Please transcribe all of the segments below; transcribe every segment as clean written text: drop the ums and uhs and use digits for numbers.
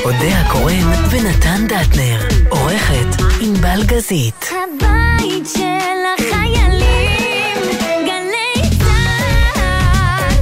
אודיה הקורן ונתן דטנר. עורכת ענבל גזית. הבית של החיילים, גלי צהל.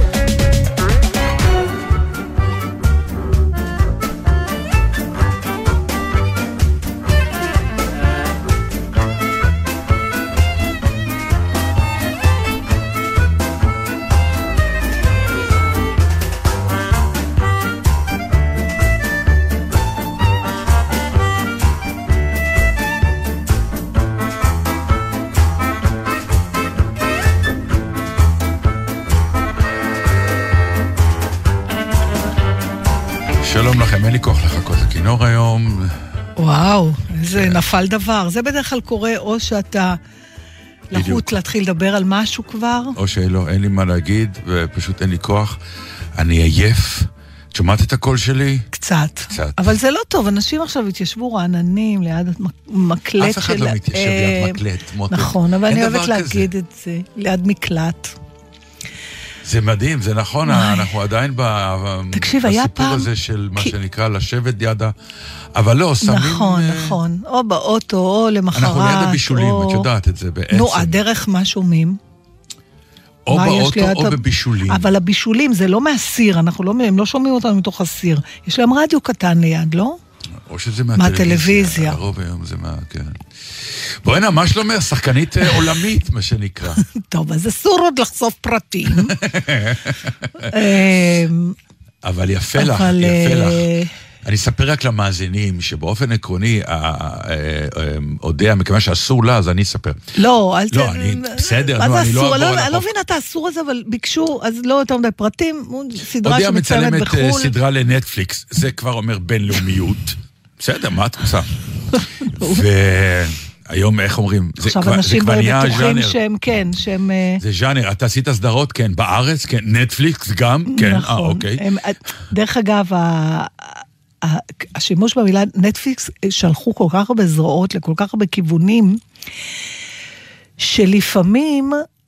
שלום לכם, אין לי כוח לחכות לכינור היום. וואו, איזה נפל דבר. זה בדרך כלל קורה או שאתה לחוץ להתחיל לדבר על משהו כבר. או שלא, אין לי מה להגיד, ופשוט אין לי כוח. אני עייף. את שומעת את הקול שלי? קצת. אבל זה לא טוב, אנשים עכשיו התיישבו רעננים ליד מקלט של... אף אחד לא מתיישב ליד מקלט, מוטי. נכון, אבל אני אוהבת להגיד את זה, ליד מקלט. זה מדהים, זה נכון, אנחנו עדיין בסיפור הזה של מה שנקרא לשבת ידה, אבל לא, שמים... נכון, או באוטו, או למחרת, אנחנו ליד הבישולים, את יודעת את זה בעצם. נו, הדרך מה שומעים? או באוטו או בבישולים. אבל הבישולים זה לא מהסיר, הם לא שומעים אותנו מתוך הסיר. יש להם רדיו קטן ליד, לא? או שזה מהטלוויזיה. הרוב היום זה מה, כן. בואי מה שלומר, שחקנית עולמית, מה שנקרא. טוב, אז אסור עוד לחשוף פרטים. אבל יפה לך, יפה לך. אני אספר רק למאזינים שבאופן עקרוני, אודיה, מכיוון שאסור לה, אז אני אספר. לא, אל ת... לא, בסדר, אני לא אעבור על החוק. אני לא מבינה את האסור הזה, אבל ביקשו, אז לא יותר מדי פרטים, סדרה אודיה שמצלמת בחול. אודיה מצלמת סדרה לנטפליקס, זה כבר אומר בינלאומיות. בסדר, מה את עושה? והיום, איך אומרים? עכשיו אנשים בטוחים שהם, כן, שהם... זה ז'אנר, אתה עשית סדרות, כן, בארץ, כן, נטפליקס גם, כן, אוקיי. דרך אגב, השימוש במילה נטפליקס שלחו כל כך הרבה זרועות לכל כך הרבה כיוונים, שלפעמים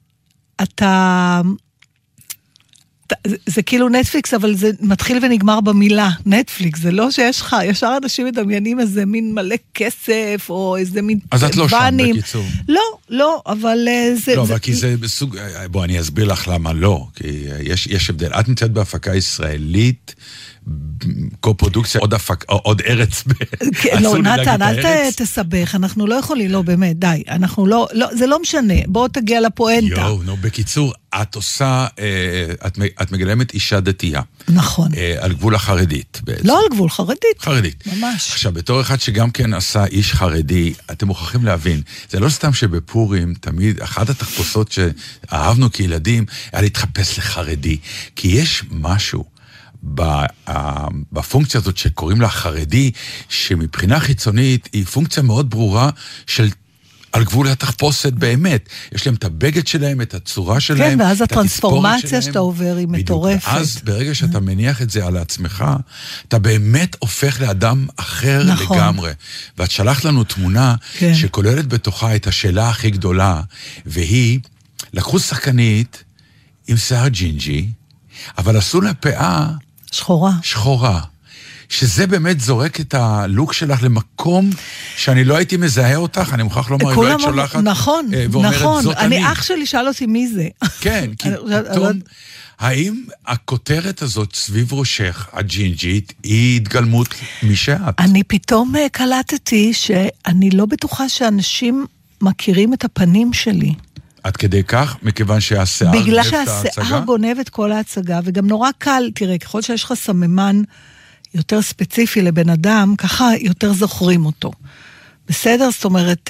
זה כאילו נטפליקס, אבל זה מתחיל ונגמר במילה נטפליקס, זה לא שיש לך, ישר אנשים מדמיינים איזה מין מלא כסף, או איזה מין... אז את לא שם, בקיצור. לא, אבל זה... לא, אבל כי זה בסוג... בוא, אני אסביר לך למה לא, כי יש הבדל. את נמצאת בהפקה ישראלית, קו-פרודוקציה, עוד ארץ. לא, נתן, אל תסבך, אנחנו לא יכולים, לא, באמת, די, אנחנו לא, זה לא משנה, בואו תגיע לפואנטה. בקיצור, את עושה, את מגלמת אישה דתייה. נכון. על גבול החרדית בעצם. לא על גבול, חרדית. חרדית. ממש. עכשיו, בתור אחד שגם כן עשה איש חרדי, אתם מוכרחים להבין, זה לא סתם שבפורים, תמיד, אחת התחפושות שאהבנו כילדים, היה להתחפש לחרדי. כי יש משהו בפונקציה הזאת שקוראים לה חרדי, שמבחינה חיצונית היא פונקציה מאוד ברורה של על גבול התחפושת באמת. יש להם את הבגד שלהם, את הצורה שלהם. כן, ואז הטרנספורמציה שאתה עובר היא מטורפת. אז ברגע שאתה מניח את זה על עצמך, אתה באמת הופך לאדם אחר לגמרי. ואת שלחת לנו תמונה שכוללת בתוכה את השאלה הכי גדולה, והיא, לקחו שחקנית עם שיער ג'ינג'י, אבל עשו לה פאה שחורה. שזה באמת זורק את הלוק שלך למקום שאני לא הייתי מזהה אותך, אני מוכרח לומר, היא לא היית שולחת. נכון, אני אח שלי שאל אותי מי זה. כן, כי פתאום, האם הכותרת הזאת סביב ראשך, הג'ינג'ית, היא התגלמות מי שאת? אני פתאום קלטתי שאני לא בטוחה שאנשים מכירים את הפנים שלי. עד כדי כך, מכיוון שהשיער גונב את ההצגה? בגלל שהשיער גונב את כל ההצגה, וגם נורא קל, תראה, ככל שיש לך סממן יותר ספציפי לבן אדם, ככה יותר זוכרים אותו. בסדר? זאת אומרת,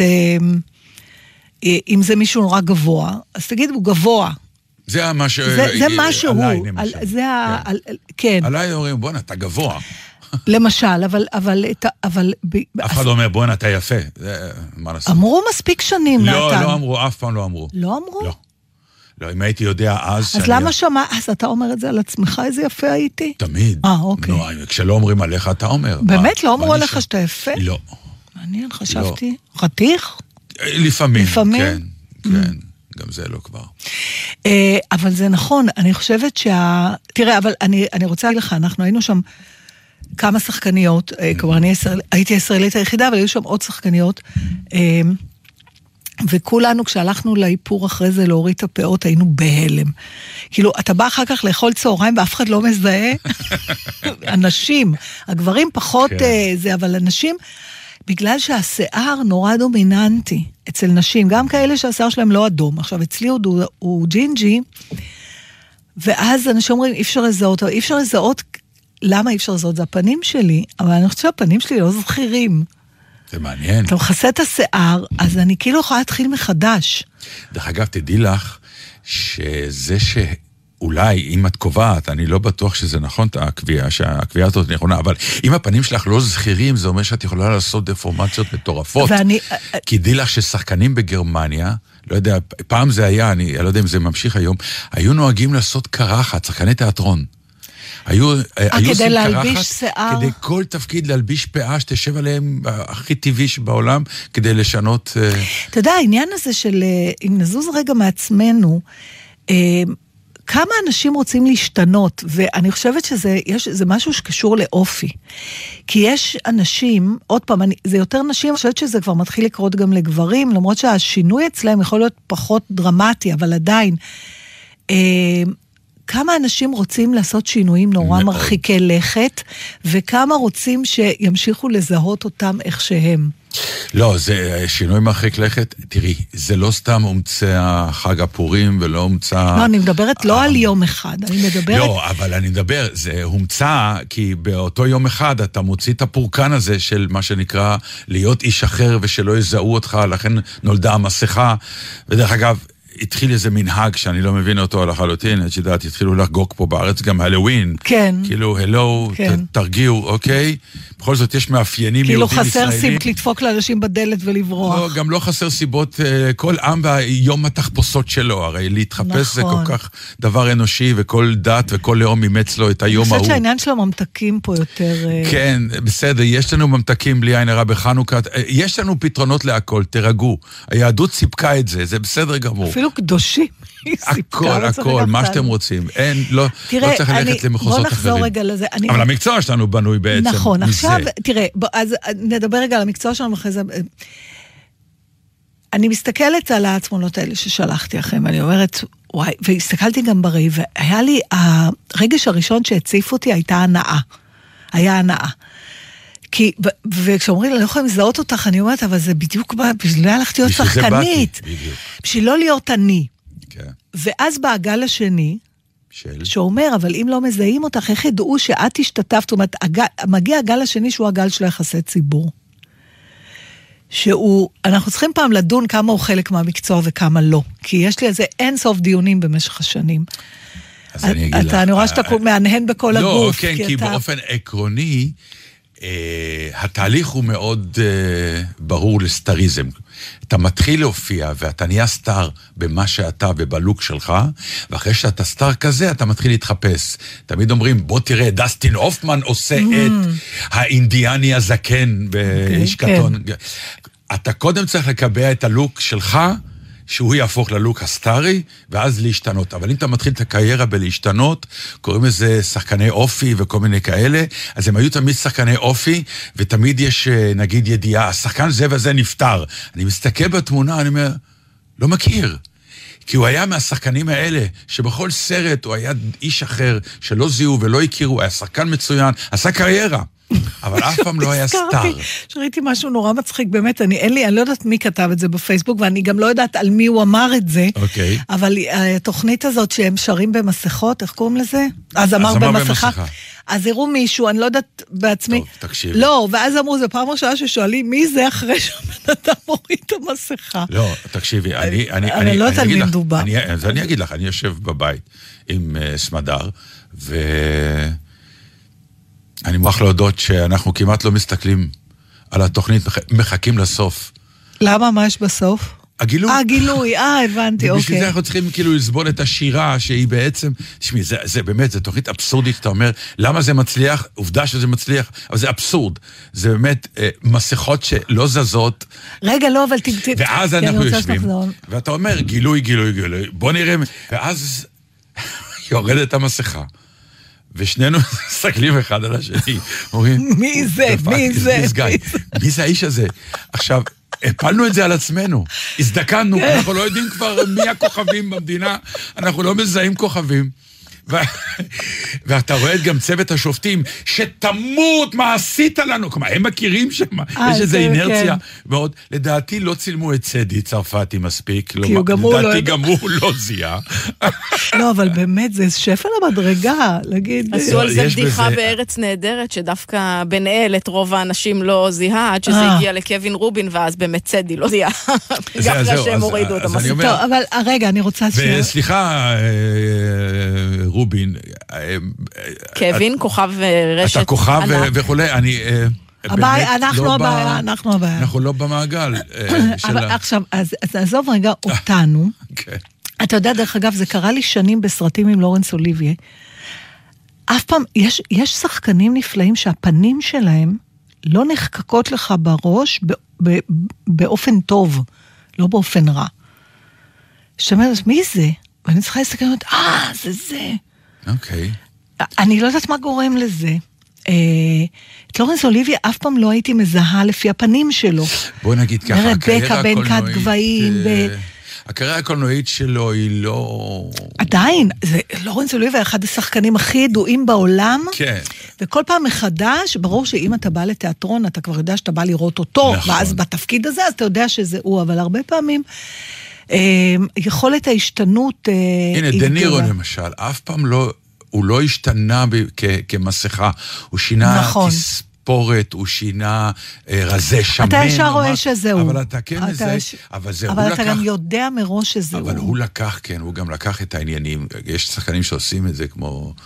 אם זה מישהו נורא גבוה, אז תגיד, הוא גבוה. זה מה ש... זה מה שהוא. כן. עליי אומרים, בוא, אתה גבוה. למשל, אבל... אף אחד אומר, בוא, אתה יפה. מה לעשות? אמרו מספיק שנים, נתן. לא אמרו, אף פעם לא אמרו. לא אמרו? לא. לא, אם הייתי יודע אז... אז למה שמע... אז אתה אומר את זה על עצמך, איזה יפה הייתי? תמיד. אוקיי. נו, כשלא אומרים עליך, אתה אומר. באמת? לא אמרו עליך שאתה יפה? לא. מעניין, חשבתי. חתיך? לפעמים, כן. גם זה לא כבר. אבל זה נכון, אני חושבת תראה, אבל אני רוצה להגיד לך, אנחנו היינו שם כמה שחקניות, כלומר אני הייתי הישראלית היחידה, אבל היו שם עוד שחקניות, וכולנו כשהלכנו לאיפור אחרי זה להוריד את הפאות, היינו בהלם. כאילו, אתה בא אחר כך לאכול צהריים ואף אחד לא מזהה, אנשים, הגברים פחות זה, אבל אנשים, בגלל שהשיער נורא דומיננטי אצל נשים, גם כאלה שהשיער שלהם לא אדום, עכשיו אצלי הוא ג'ינג'י, ואז אנשים אומרים, אי אפשר לזהות, אי אפשר לזהות, למה אי אפשר לזהות? זה הפנים שלי, אבל אני חושבת שהפנים שלי לא זכירים. זה מעניין. אתה מכסה את השיער, אז אני כאילו יכולה להתחיל מחדש. דרך אגב, תדעי לך, שזה שאולי, אם את קובעת, אני לא בטוח שזה נכון, שהקביעה הזאת נכונה, אבל אם הפנים שלך לא זכירים, זה אומר שאת יכולה לעשות דפורמציות מטורפות. כי דעי לך ששחקנים בגרמניה, לא יודע, פעם זה היה, אני לא יודע אם זה ממשיך היום, היו נוהגים לעשות קרחת, שחקני תיאטרון. היו כדי להלביש שיער. כדי כל תפקיד להלביש פאה שתשב עליהם הכי טבעי שבעולם, כדי לשנות... אתה יודע, העניין הזה של, אם נזוז רגע מעצמנו, כמה אנשים רוצים להשתנות, ואני חושבת שזה משהו שקשור לאופי. כי יש אנשים, עוד פעם, זה יותר נשים, אני חושבת שזה כבר מתחיל לקרות גם לגברים, למרות שהשינוי אצלהם יכול להיות פחות דרמטי, אבל עדיין... כמה אנשים רוצים לעשות שינויים נורא מרחיקי לכת, וכמה רוצים שימשיכו לזהות אותם איך שהם. לא, זה שינוי מרחיק לכת, תראי, זה לא סתם הומצא חג הפורים ולא הומצא... לא, אני מדברת לא על יום אחד, אני מדברת... לא, אבל אני מדבר, זה הומצא, כי באותו יום אחד אתה מוציא את הפורקן הזה של מה שנקרא להיות איש אחר ושלא יזהו אותך, לכן נולדה המסכה, ודרך אגב, התחיל איזה מנהג שאני לא מבין אותו על החלוטין, את יודעת, התחילו לחגוג פה בארץ גם הלווין. כן. כאילו, הלו, תרגיעו, אוקיי? בכל זאת יש מאפיינים יהודים ישראלים. כאילו חסר סיבות לדפוק לאנשים בדלת ולברוח. לא, גם לא חסר סיבות, כל עם והיום התחפושות שלו, הרי להתחפש זה כל כך דבר אנושי, וכל דת וכל לאום אימץ לו את היום ההוא. אני חושבת שהעניין של הממתקים פה יותר... כן, בסדר, יש לנו ממתקים בלי עין הרע בחנוכה, יש לנו פתרונות להכל, תרגעו. היהדות סיפקה את זה, זה בסדר גמור. אפילו קדושים. הכל, מה שאתם רוצים. אין, לא צריך ללכת למחוזות אחרים. בוא נחזור רגע לזה. אבל המקצוע שלנו בנוי בעצם. נכון, עכשיו, תראה, אז נדבר רגע על המקצוע שלנו אחרי זה. אני מסתכלת על העצמונות האלה ששלחתי לכם, אני אומרת, וואי, והסתכלתי גם בראי, והיה לי, הרגש הראשון שהציף אותי הייתה הנאה. היה הנאה. וכשאומרים לי, אני לא יכולה לזהות אותך, אני אומרת, אבל זה בדיוק בשביל לא הלכתי להיות שחקנית. בשביל לא להיות אני. ואז בא הגל השני, שאומר, אבל אם לא מזהים אותך, איך ידעו שאת השתתפת, זאת אומרת, מגיע הגל השני שהוא הגל של יחסי ציבור. אנחנו צריכים פעם לדון כמה הוא חלק מהמקצוע וכמה לא. כי יש לי איזה אין סוף דיונים במשך השנים. אז אני אגיד לך. אני רואה שאתה מהנהן בכל הגוף. לא, כן, כי באופן עקרוני, התהליך הוא מאוד ברור לסטריזם. אתה מתחיל להופיע ואתה נהיה סטאר במה שאתה ובלוק שלך, ואחרי שאתה סטאר כזה אתה מתחיל להתחפש. תמיד אומרים, בוא תראה, דסטין הופמן עושה את האינדיאני הזקן באיש קטון. אתה קודם צריך לקבע את הלוק שלך, שהוא יהפוך ללוק הסטארי, ואז להשתנות. אבל אם אתה מתחיל את הקריירה בלהשתנות, קוראים לזה שחקני אופי וכל מיני כאלה, אז הם היו תמיד שחקני אופי, ותמיד יש, נגיד, ידיעה, השחקן זה וזה נפטר. אני מסתכל בתמונה, אני אומר, לא מכיר. כי הוא היה מהשחקנים האלה, שבכל סרט הוא היה איש אחר, שלא זיהו ולא הכירו, היה שחקן מצוין, עשה קריירה. אבל אף פעם לא היה סטאר. שראיתי משהו נורא מצחיק, באמת, אני לא יודעת מי כתב את זה בפייסבוק, ואני גם לא יודעת על מי הוא אמר את זה, אבל התוכנית הזאת שהם שרים במסכות, איך קוראים לזה? אז אמר במסכה. אז הראו מישהו, אני לא יודעת בעצמי. טוב, תקשיבי. לא, ואז אמרו, זה פעם ראשונה ששואלים, מי זה אחרי שהבן אדם מוריד את המסכה? לא, תקשיבי, אני לא יודעת על מי מדובר. אז אני אגיד לך, אני יושב בבית עם סמדר, אני מוכרח להודות שאנחנו כמעט לא מסתכלים על התוכנית, מחכים לסוף. למה? מה יש בסוף? הגילוי. הגילוי, הבנתי, אוקיי. בשביל זה אנחנו צריכים כאילו לסבול את השירה, שהיא בעצם, תשמעי, זה באמת, זה תוכנית אבסורדית, אתה אומר, למה זה מצליח? עובדה שזה מצליח, אבל זה אבסורד. זה באמת מסכות שלא זזות. רגע, לא, אבל ואז אנחנו יושבים, ואתה אומר, גילוי, בוא נראה, ואז יורדת המסכה. ושנינו מסתכלים אחד על השני, אומרים, מי זה? מי זה? מי זה האיש הזה? עכשיו, הפלנו את זה על עצמנו, הזדקנו, אנחנו לא יודעים כבר מי הכוכבים במדינה, אנחנו לא מזהים כוכבים. ואתה רואה גם צוות השופטים, שתמות, מה עשית לנו? כלומר, הם מכירים שם, יש איזו אינרציה. ועוד, לדעתי לא צילמו את סדי צרפתי מספיק, לדעתי גם הוא לא זיהה. לא, אבל באמת, זה שפל המדרגה, להגיד. עשו על זה בדיחה בארץ נהדרת, שדווקא בנאל את רוב האנשים לא זיהה, עד שזה הגיע לקווין רובין, ואז באמת סדי לא זיהה. גם אחרי שהם הורידו את המסך. טוב, אבל רגע, אני רוצה וסליחה, רובין. קווין, כוכב רשת. אתה כוכב וכולי, אני... אנחנו הבעיה. אנחנו לא במעגל. עכשיו, אז נעזוב רגע אותנו. אתה יודע, דרך אגב, זה קרה לי שנים בסרטים עם לורנס אוליביה. אף פעם, יש שחקנים נפלאים שהפנים שלהם לא נחקקות לך בראש באופן טוב, לא באופן רע. שאומרת, מי זה? ואני צריכה להסתכל ואומרת, זה. אוקיי. אני לא יודעת מה גורם לזה. את לורנס אוליביה אף פעם לא הייתי מזהה לפי הפנים שלו. בוא נגיד ככה, רבקה בין כת גבהים. הקריירה הקולנועית שלו היא לא... עדיין, לורנס אוליביה אחד השחקנים הכי ידועים בעולם. כן. וכל פעם מחדש, ברור שאם אתה בא לתיאטרון, אתה כבר יודע שאתה בא לראות אותו, ואז בתפקיד הזה, אז אתה יודע שזה הוא, אבל הרבה פעמים... יכולת ההשתנות... הנה, דנירו למשל, אף פעם לא, הוא לא השתנה כמסכה, הוא שינה תספורת, הוא שינה רזה שמן. אתה ישר רואה שזהו. אבל אתה כן מזה, אבל זה הוא לקח... אבל אתה גם יודע מראש שזהו. אבל הוא לקח, כן, הוא גם לקח את העניינים, יש שחקנים שעושים את זה כמו...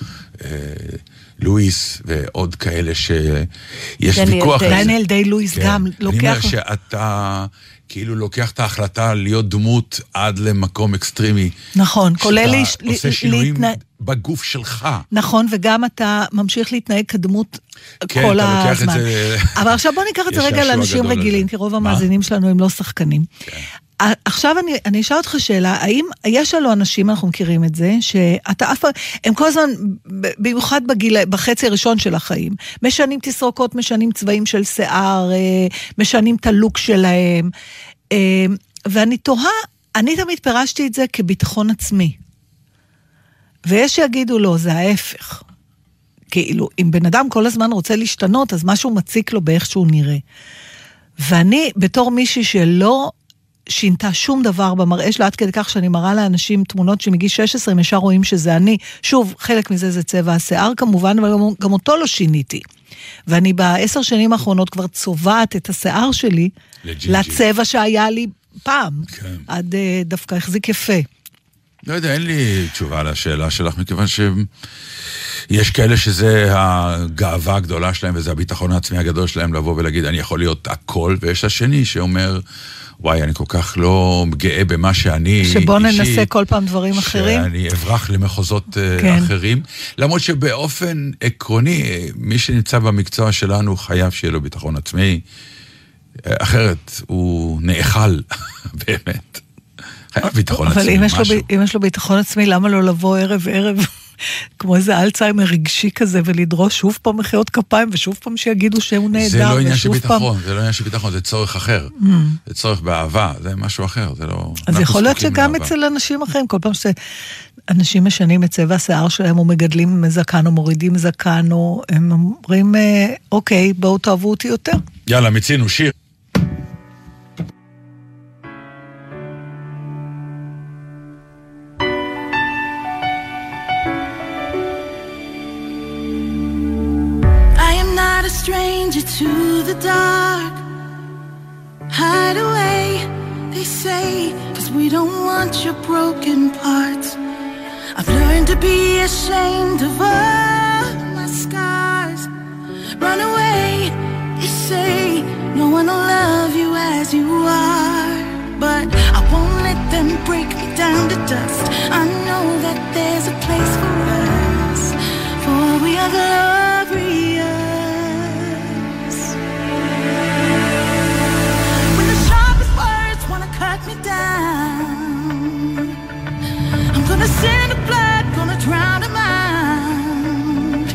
לואיס ועוד כאלה שיש ויכוח. דניאל די לואיס גם לוקח... אני אומר שאתה כאילו לוקח את ההחלטה להיות דמות עד למקום אקסטרימי. נכון, כולל עושה שינויים בגוף שלך. נכון, וגם אתה ממשיך להתנהג כדמות כל הזמן. אבל עכשיו בוא ניקח את זה רגע לאנשים רגילים, כי רוב המאזינים שלנו הם לא שחקנים. עכשיו אני אשאל אותך שאלה, האם יש לנו אנשים, אנחנו מכירים את זה, שאתה אף פעם, הם כל הזמן, במיוחד בחצי הראשון של החיים, משנים תסרוקות, משנים צבעים של שיער, משנים את הלוק שלהם, ואני תוהה, אני תמיד פירשתי את זה כביטחון עצמי. ויש שיגידו לו, זה ההפך. כאילו, אם בן אדם כל הזמן רוצה להשתנות, אז משהו מציק לו באיך שהוא נראה. ואני, בתור מישהי שלא שינתה שום דבר במראה שלה, עד כדי כך שאני מראה לאנשים תמונות שמגיל 16, הם ישר רואים שזה אני. שוב, חלק מזה זה צבע השיער כמובן, אבל גם אותו לא שיניתי. ואני ב10 שנים האחרונות כבר צובעת את השיער שלי, לצבע שהיה לי פעם. כן. עד דווקא החזיק יפה. לא יודע, אין לי תשובה לשאלה שלך, מכיוון שיש כאלה שזה הגאווה הגדולה שלהם, וזה הביטחון העצמי הגדול שלהם לבוא ולהגיד, אני יכול להיות הכל, ויש השני שאומר, וואי, אני כל כך לא גאה במה שאני שבוא ננסה כל פעם דברים אחרים. שאני אברח למחוזות אחרים. למרות שבאופן עקרוני, מי שנמצא במקצוע שלנו חייב שיהיה לו ביטחון עצמי, אחרת הוא נאכל באמת. חייב ביטחון עצמי, משהו. אבל אם יש לו ביטחון עצמי, למה לא לבוא ערב כמו איזה אלצהיימר רגשי כזה, ולדרוש שוב פעם מחיאות כפיים, ושוב פעם שיגידו שהוא נהדר. זה לא עניין של ביטחון, זה לא עניין של ביטחון, זה צורך אחר. זה צורך באהבה, זה משהו אחר, זה לא... אז יכול להיות שגם אצל אנשים אחרים, כל פעם שאנשים משנים את צבע השיער שלהם, או מגדלים זקן, או מורידים זקן, או הם אומרים, אוקיי, בואו תאהבו אותי יותר. יאללה, מצינו שיר. Stranger to the dark. Hide away, they say, 'cause we don't want your broken parts. I've learned to be ashamed of all my scars. Run away, they say, no one will love you as you are. But I won't let them break me down to dust. I know that there's a place for us, for we are glorious. Cut me down. I'm gonna send the blood, gonna drown them out.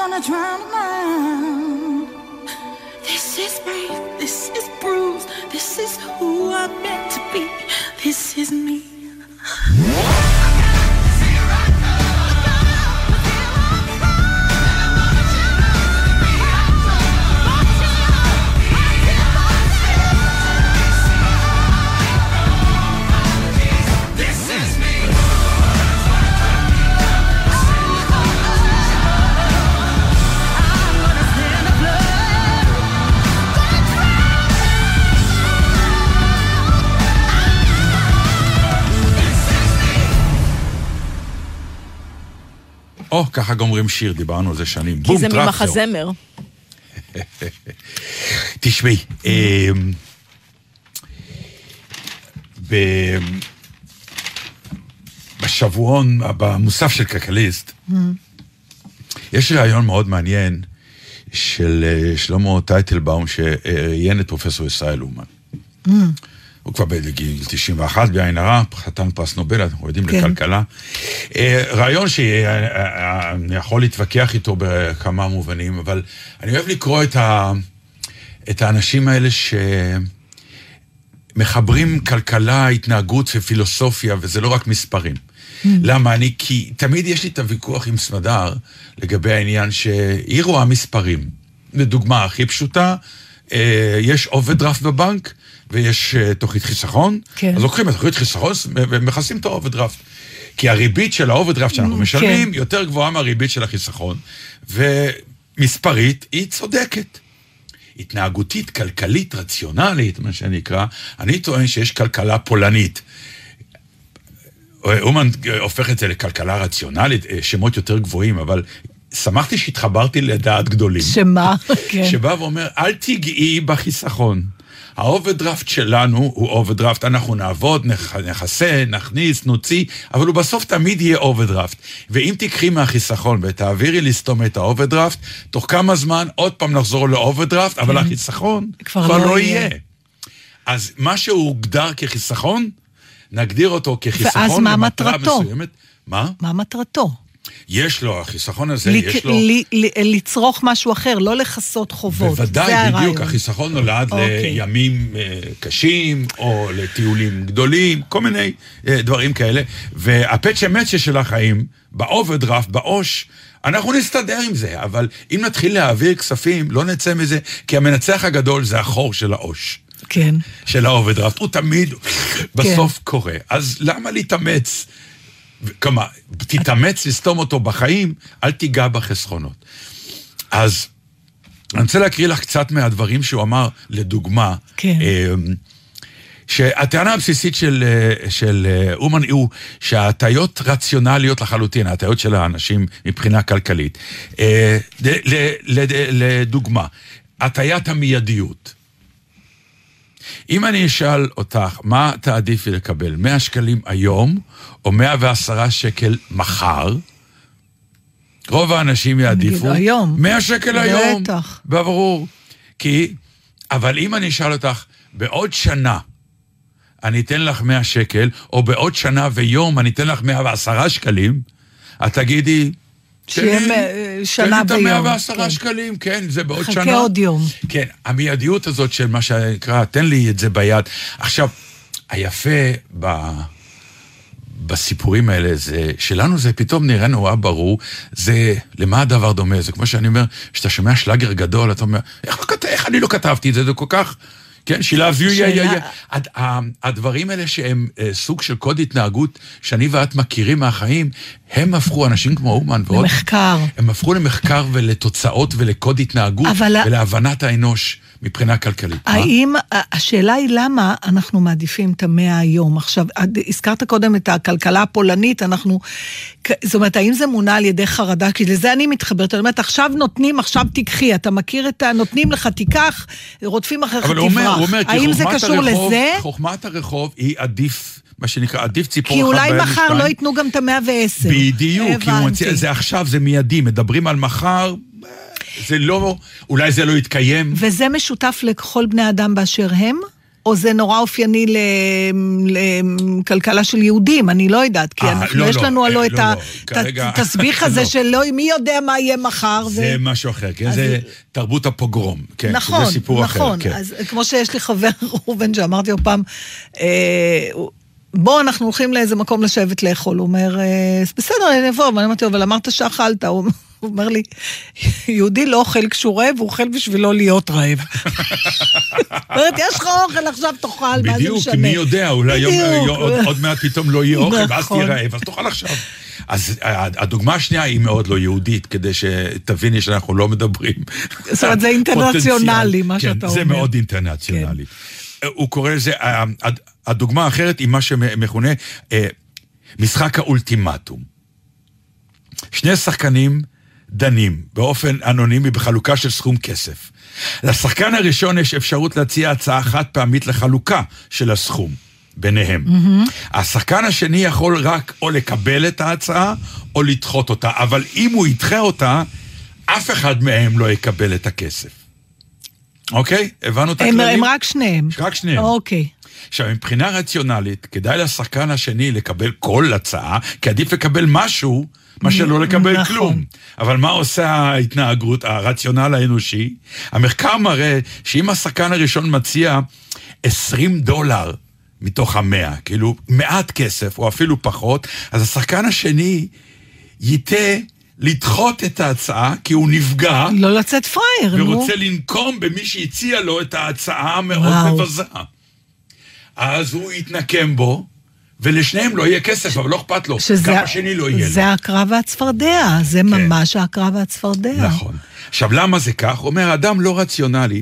gonna drown a man. This is brave, this is bruised, this is who I'm meant to be, this is me. או, ככה גומרים שיר, דיברנו על זה שנים. כי זה ממחזמר. תשמעי, בשבועון, במוסף של כלכליסט, יש רעיון מאוד מעניין של שלמה טייטלבאום, שראיין את פרופסור ישראל אומן. הוא כבר בגיל 91 בעין הרע, חתן פרס נובל, אנחנו יודעים, לכלכלה. רעיון שאני יכול להתווכח איתו בכמה מובנים, אבל אני אוהב לקרוא את האנשים האלה שמחברים כלכלה, התנהגות ופילוסופיה, וזה לא רק מספרים. למה? כי תמיד יש לי את הוויכוח עם סמדר לגבי העניין שהיא רואה מספרים. לדוגמה הכי פשוטה, יש אוברדרפט בבנק, ויש תוכנית חיסכון, אז לוקחים את תוכנית חיסכון ומכסים את האוברדרפט. כי הריבית של האוברדרפט שאנחנו משלמים יותר גבוהה מהריבית של החיסכון, ומספרית היא צודקת. התנהגותית, כלכלית, רציונלית, מה שאני אקרא, אני טוען שיש כלכלה פולנית. אומן הופך את זה לכלכלה רציונלית, שמות יותר גבוהים, אבל שמחתי שהתחברתי לדעת גדולים. שמה? שבא ואומר, אל תגעי בחיסכון. האוברדרפט שלנו הוא אוברדרפט, אנחנו נעבוד, נחסה, נכניס, נוציא, אבל הוא בסוף תמיד יהיה אוברדרפט. ואם תקחי מהחיסכון ותעבירי לסתום את האוברדרפט, תוך כמה זמן עוד פעם נחזור לאוברדרפט, אבל החיסכון כבר לא יהיה. אז מה שהוא הוגדר כחיסכון, נגדיר אותו כחיסכון. ואז מה מטרתו? מה? מה מטרתו? יש לו, החיסכון הזה, יש לו... לצרוך משהו אחר, לא לחסות חובות. בוודאי, בדיוק, החיסכון נולד לימים קשים, או לטיולים גדולים, כל מיני דברים כאלה, והפצ'ה מצ'ה של החיים, באוברדרפט, בעוש, אנחנו נסתדר עם זה, אבל אם נתחיל להעביר כספים, לא נצא מזה, כי המנצח הגדול זה החור של העוש. כן. של האוברדרפט, הוא תמיד בסוף קורה. אז למה להתאמץ? כמה, תתאמץ לסתום אותו בחיים, אל תיגע בחסכונות. אז אני רוצה להקריא לך קצת מהדברים שהוא אמר, לדוגמה, שהטענה הבסיסית של אומן הוא שההטיות רציונליות לחלוטין, ההטיות של האנשים מבחינה כלכלית. לדוגמה, הטיית המיידיות. אם אני אשאל אותך, מה תעדיפי לקבל? 100 שקלים היום, או 110 שקל מחר? רוב האנשים יעדיפו 100 שקל היום. בטח. ברור. אבל אם אני אשאל אותך, בעוד שנה, אני אתן לך 100 שקל, או בעוד שנה ויום, אני אתן לך 110 שקלים, את תגידי... שיהיה שנה ביום. תן לי את 110 שקלים, כן, זה בעוד שנה. חכה עוד יום. כן, המיידיות הזאת של מה שנקרא, תן לי את זה ביד. עכשיו, היפה בסיפורים האלה, זה, שלנו זה פתאום נראה נורא ברור, זה למה הדבר דומה, זה כמו שאני אומר, שאתה שומע שלאגר גדול, אתה אומר, איך אני לא כתבתי את זה, זה כל כך... כן, שילהביו, הדברים האלה שהם סוג של קוד התנהגות שאני ואת מכירים מהחיים, הם הפכו, אנשים כמו אומן ועוד, למחקר. הם הפכו למחקר ולתוצאות ולקוד התנהגות ולהבנת האנוש מבחינה כלכלית. השאלה היא למה אנחנו מעדיפים את 100 היום. עכשיו, הזכרת קודם את הכלכלה הפולנית, זאת אומרת, האם זה מונע על ידי חרדה? כי לזה אני מתחברת, זאת אומרת, עכשיו נותנים, עכשיו תיקחי, אתה מכיר את נותנים לך תיקח, רודפים אחריך תברח. האם זה קשור לזה? חוכמת הרחוב היא עדיף, מה שנקרא, עדיף ציפור כי אולי מחר לא ייתנו גם את 110. בדיוק, זה עכשיו, זה מיידי, מדברים על מחר, זה לא, אולי זה לא יתקיים. וזה משותף לכל בני אדם באשר הם? או זה נורא אופייני לכלכלה של יהודים, אני לא יודעת, כי יש לנו הלא את התסביך הזה של מי יודע מה יהיה מחר. זה משהו אחר, זה תרבות הפוגרום, זה סיפור אחר. נכון, אז כמו שיש לי חבר רובן שאמרתי לו פעם, בוא, אנחנו הולכים לאיזה מקום לשבת לאכול, הוא אומר, בסדר, אני אבוא, ואני אמרתי לו, אבל אמרת שאכלת, הוא אומר לי, יהודי לא אוכל כשהוא רעב, הוא אוכל בשבילו להיות רעב. אומרת, יש לך אוכל, עכשיו תאכל, מה זה משנה? בדיוק, כי מי יודע, אולי עוד מעט פתאום לא יהיה אוכל, ואז תהיה רעב, אז תאכל עכשיו. אז הדוגמה השנייה היא מאוד לא יהודית, כדי שתביני שאנחנו לא מדברים. זאת אומרת, זה אינטרנציונלי, מה שאתה אומר. זה מאוד אינטרנציונלי. הוא קורא לזה, הדוגמה האחרת היא מה שמכונה משחק האולטימטום. שני שחקנים דנים באופן אנונימי בחלוקה של סכום כסף. לשחקן הראשון יש אפשרות להציע הצעה חד פעמית לחלוקה של הסכום ביניהם. השחקן השני יכול רק או לקבל את ההצעה או לדחות אותה, אבל אם הוא ידחה אותה, אף אחד מהם לא יקבל את הכסף. אוקיי? הבנו את הכללים? הם רק שניהם. רק שניהם. אוקיי. עכשיו, מבחינה רציונלית, כדאי לשחקן השני לקבל כל הצעה, כי עדיף לקבל משהו, מה שלא לקבל כלום. אבל מה עושה ההתנהגות, הרציונל האנושי? המחקר מראה שאם השחקן הראשון מציע $20 מתוך 100, כאילו מעט כסף או אפילו פחות, אז השחקן השני ייתה לדחות את ההצעה, כי הוא נפגע. לא לצאת פרייר, נו. ורוצה לנקום במי שהציע לו את ההצעה המאוד מבזה. אז הוא יתנקם בו, ולשניהם לא יהיה כסף, אבל לא אכפת לו. כמה שני לא יהיה לו. זה הקרב והצפרדע, זה ממש הקרב והצפרדע. נכון. עכשיו, למה זה כך? הוא אומר, אדם לא רציונלי,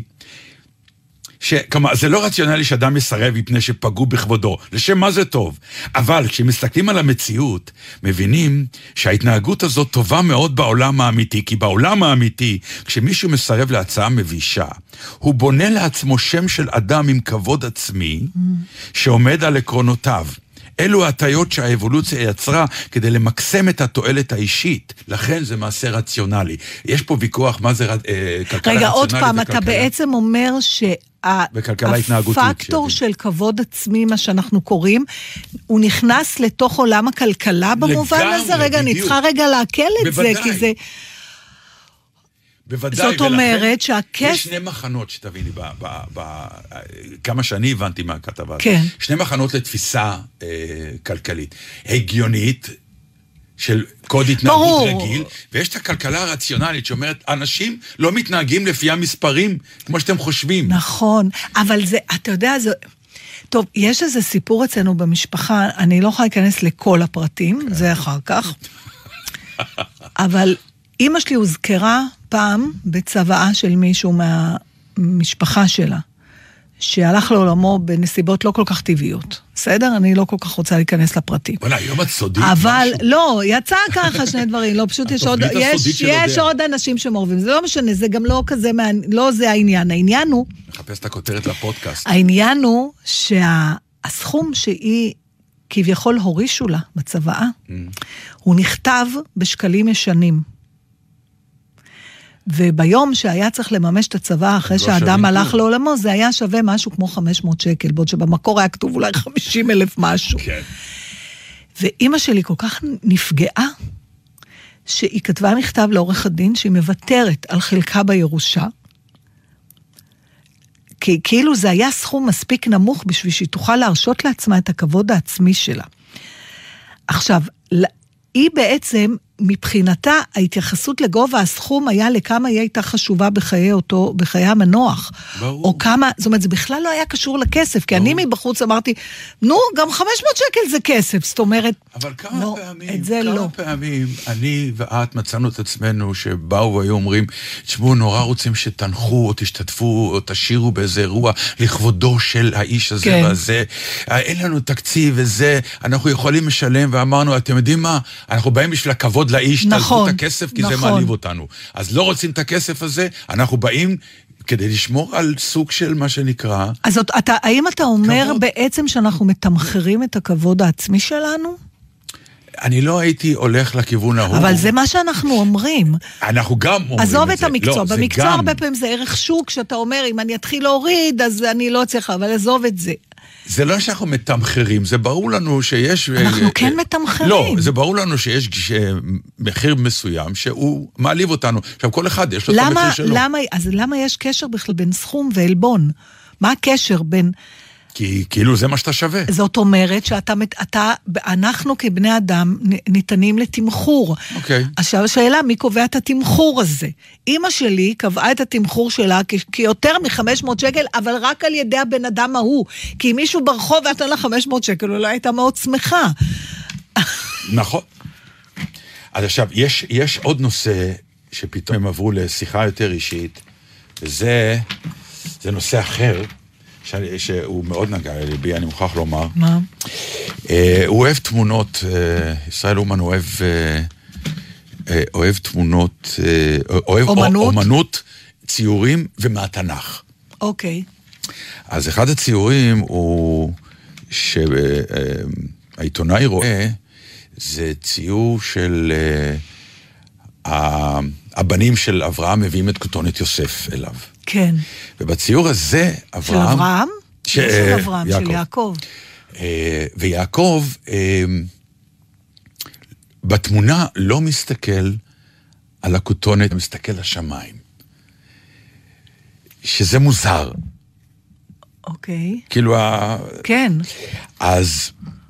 כלומר, זה לא רציונלי שאדם יסרב מפני שפגעו בכבודו, לשם מה זה טוב. אבל כשמסתכלים על המציאות, מבינים שההתנהגות הזאת טובה מאוד בעולם האמיתי, כי בעולם האמיתי, כשמישהו מסרב להצעה מבישה, הוא בונה לעצמו שם של אדם עם כבוד עצמי, שעומד על עקרונותיו. אלו הטיות שהאבולוציה יצרה כדי למקסם את התועלת האישית. לכן זה מעשה רציונלי. יש פה ויכוח מה זה כלכלה רגע, עוד רציונלית פעם, אתה בעצם אומר שהפקטור של כבוד עצמי, מה שאנחנו קוראים, הוא נכנס לתוך עולם הכלכלה במובן הזה? רגע, אני צריכה רגע להקל את זה, כי זה... בוודאי, זאת אומרת שהכסף... יש שני מחנות שתביני, כמה שאני הבנתי מהכתבה. כן. שני מחנות לתפיסה כלכלית. הגיונית, של קוד התנהגות רגיל, ויש את הכלכלה הרציונלית שאומרת, אנשים לא מתנהגים לפי המספרים, כמו שאתם חושבים. נכון, אבל זה, אתה יודע, זה... טוב, יש איזה סיפור אצלנו במשפחה, אני לא יכולה להיכנס לכל הפרטים, זה אחר כך, אבל אמא שלי הוזכרה פעם בצוואה של מישהו מהמשפחה שלה, שהלך לעולמו בנסיבות לא כל כך טבעיות. בסדר? אני לא כל כך רוצה להיכנס לפרטים. בוא'נה, היום את סודית אבל משהו. לא, יצא ככה שני דברים, לא, פשוט יש עוד אנשים שמעורבים. זה לא משנה, זה גם לא כזה, לא זה העניין. העניין הוא... מחפש את הכותרת לפודקאסט. העניין הוא שהסכום שהיא כביכול הורישו לה בצוואה, הוא נכתב בשקלים ישנים. וביום שהיה צריך לממש את הצבא אחרי שהאדם הלך לעולמו, זה היה שווה משהו כמו 500 שקל, בעוד שבמקור היה כתוב אולי 50,000 משהו. כן. ואמא שלי כל כך נפגעה, שהיא כתבה מכתב לעורך הדין, שהיא מוותרת על חלקה בירושה, כי כאילו זה היה סכום מספיק נמוך, בשביל שהיא תוכל להרשות לעצמה את הכבוד העצמי שלה. עכשיו, היא בעצם, מבחינתה, ההתייחסות לגובה הסכום היה לכמה היא הייתה חשובה בחיי המנוח. ברור. או כמה, זאת אומרת, זה בכלל לא היה קשור לכסף, כי אני מבחוץ אמרתי, נו, גם 500 שקל זה כסף, זאת אומרת, אבל כמה פעמים אני ואת מצאנו את עצמנו שבאו והיו אומרים, תשמעו, נורא רוצים שתנחו או תשתתפו או תשירו באיזה אירוע לכבודו של האיש הזה והזה, אין לנו תקציב וזה, אנחנו יכולים לשלם, ואמרנו, אתם יודעים מה? אנחנו באים בשביל הכבוד לאיש, תלכו את הכסף, כי זה מעליב אותנו. אז לא רוצים את הכסף הזה, אנחנו באים כדי לשמור על סוג של מה שנקרא... אז האם אתה אומר בעצם שאנחנו מתמחרים את הכבוד העצמי שלנו? אני לא הייתי הולך לכיוון ההוא. אבל זה מה שאנחנו אומרים. אנחנו גם אומרים את זה. עזוב את המקצוע. במקצוע הרבה פעמים זה ערך שוק, שאתה אומר, אם אני אתחיל להוריד, אז אני לא צריכה, אבל עזוב את זה. זה לא שאנחנו מתמחרים, זה ברור לנו שיש... אנחנו כן מתמחרים. לא, זה ברור לנו שיש מחיר מסוים שהוא מעליב אותנו. עכשיו, כל אחד יש לו את המחיר שלו. אז למה יש קשר בכלל בין סכום ואלבון? מה הקשר בין... כי כאילו זה מה שאתה שווה. זאת אומרת שאנחנו כבני אדם ניתנים לתמחור. אוקיי. עכשיו השאלה, מי קובע את התמחור הזה? אמא שלי קבעה את התמחור שלה כיותר מ-500 שקל, אבל רק על ידי הבן אדם ההוא. כי אם מישהו ברחוב נתן לה 500 שקל, אולי הייתה מאוד שמחה. נכון. אז עכשיו, יש עוד נושא שפתאום הם עברו לשיחה יותר אישית, וזה נושא אחר, שהוא מאוד נגע לליבי, אני מוכרח לומר. מה? הוא אוהב תמונות, ישראל אומן אוהב תמונות, אוהב אומנות, ציורים ומהתנ"ך. אוקיי. אז אחד הציורים הוא, שהעיתונאי רואה, זה ציור של הבנים של אברהם מביאים את כותונת יוסף אליו. כן. ובציור הזה, אברהם... של אברהם? של אברהם, של יעקב. ויעקב, בתמונה לא מסתכל על הכותונת, מסתכל לשמיים. שזה מוזר. אוקיי. כאילו כן. אז...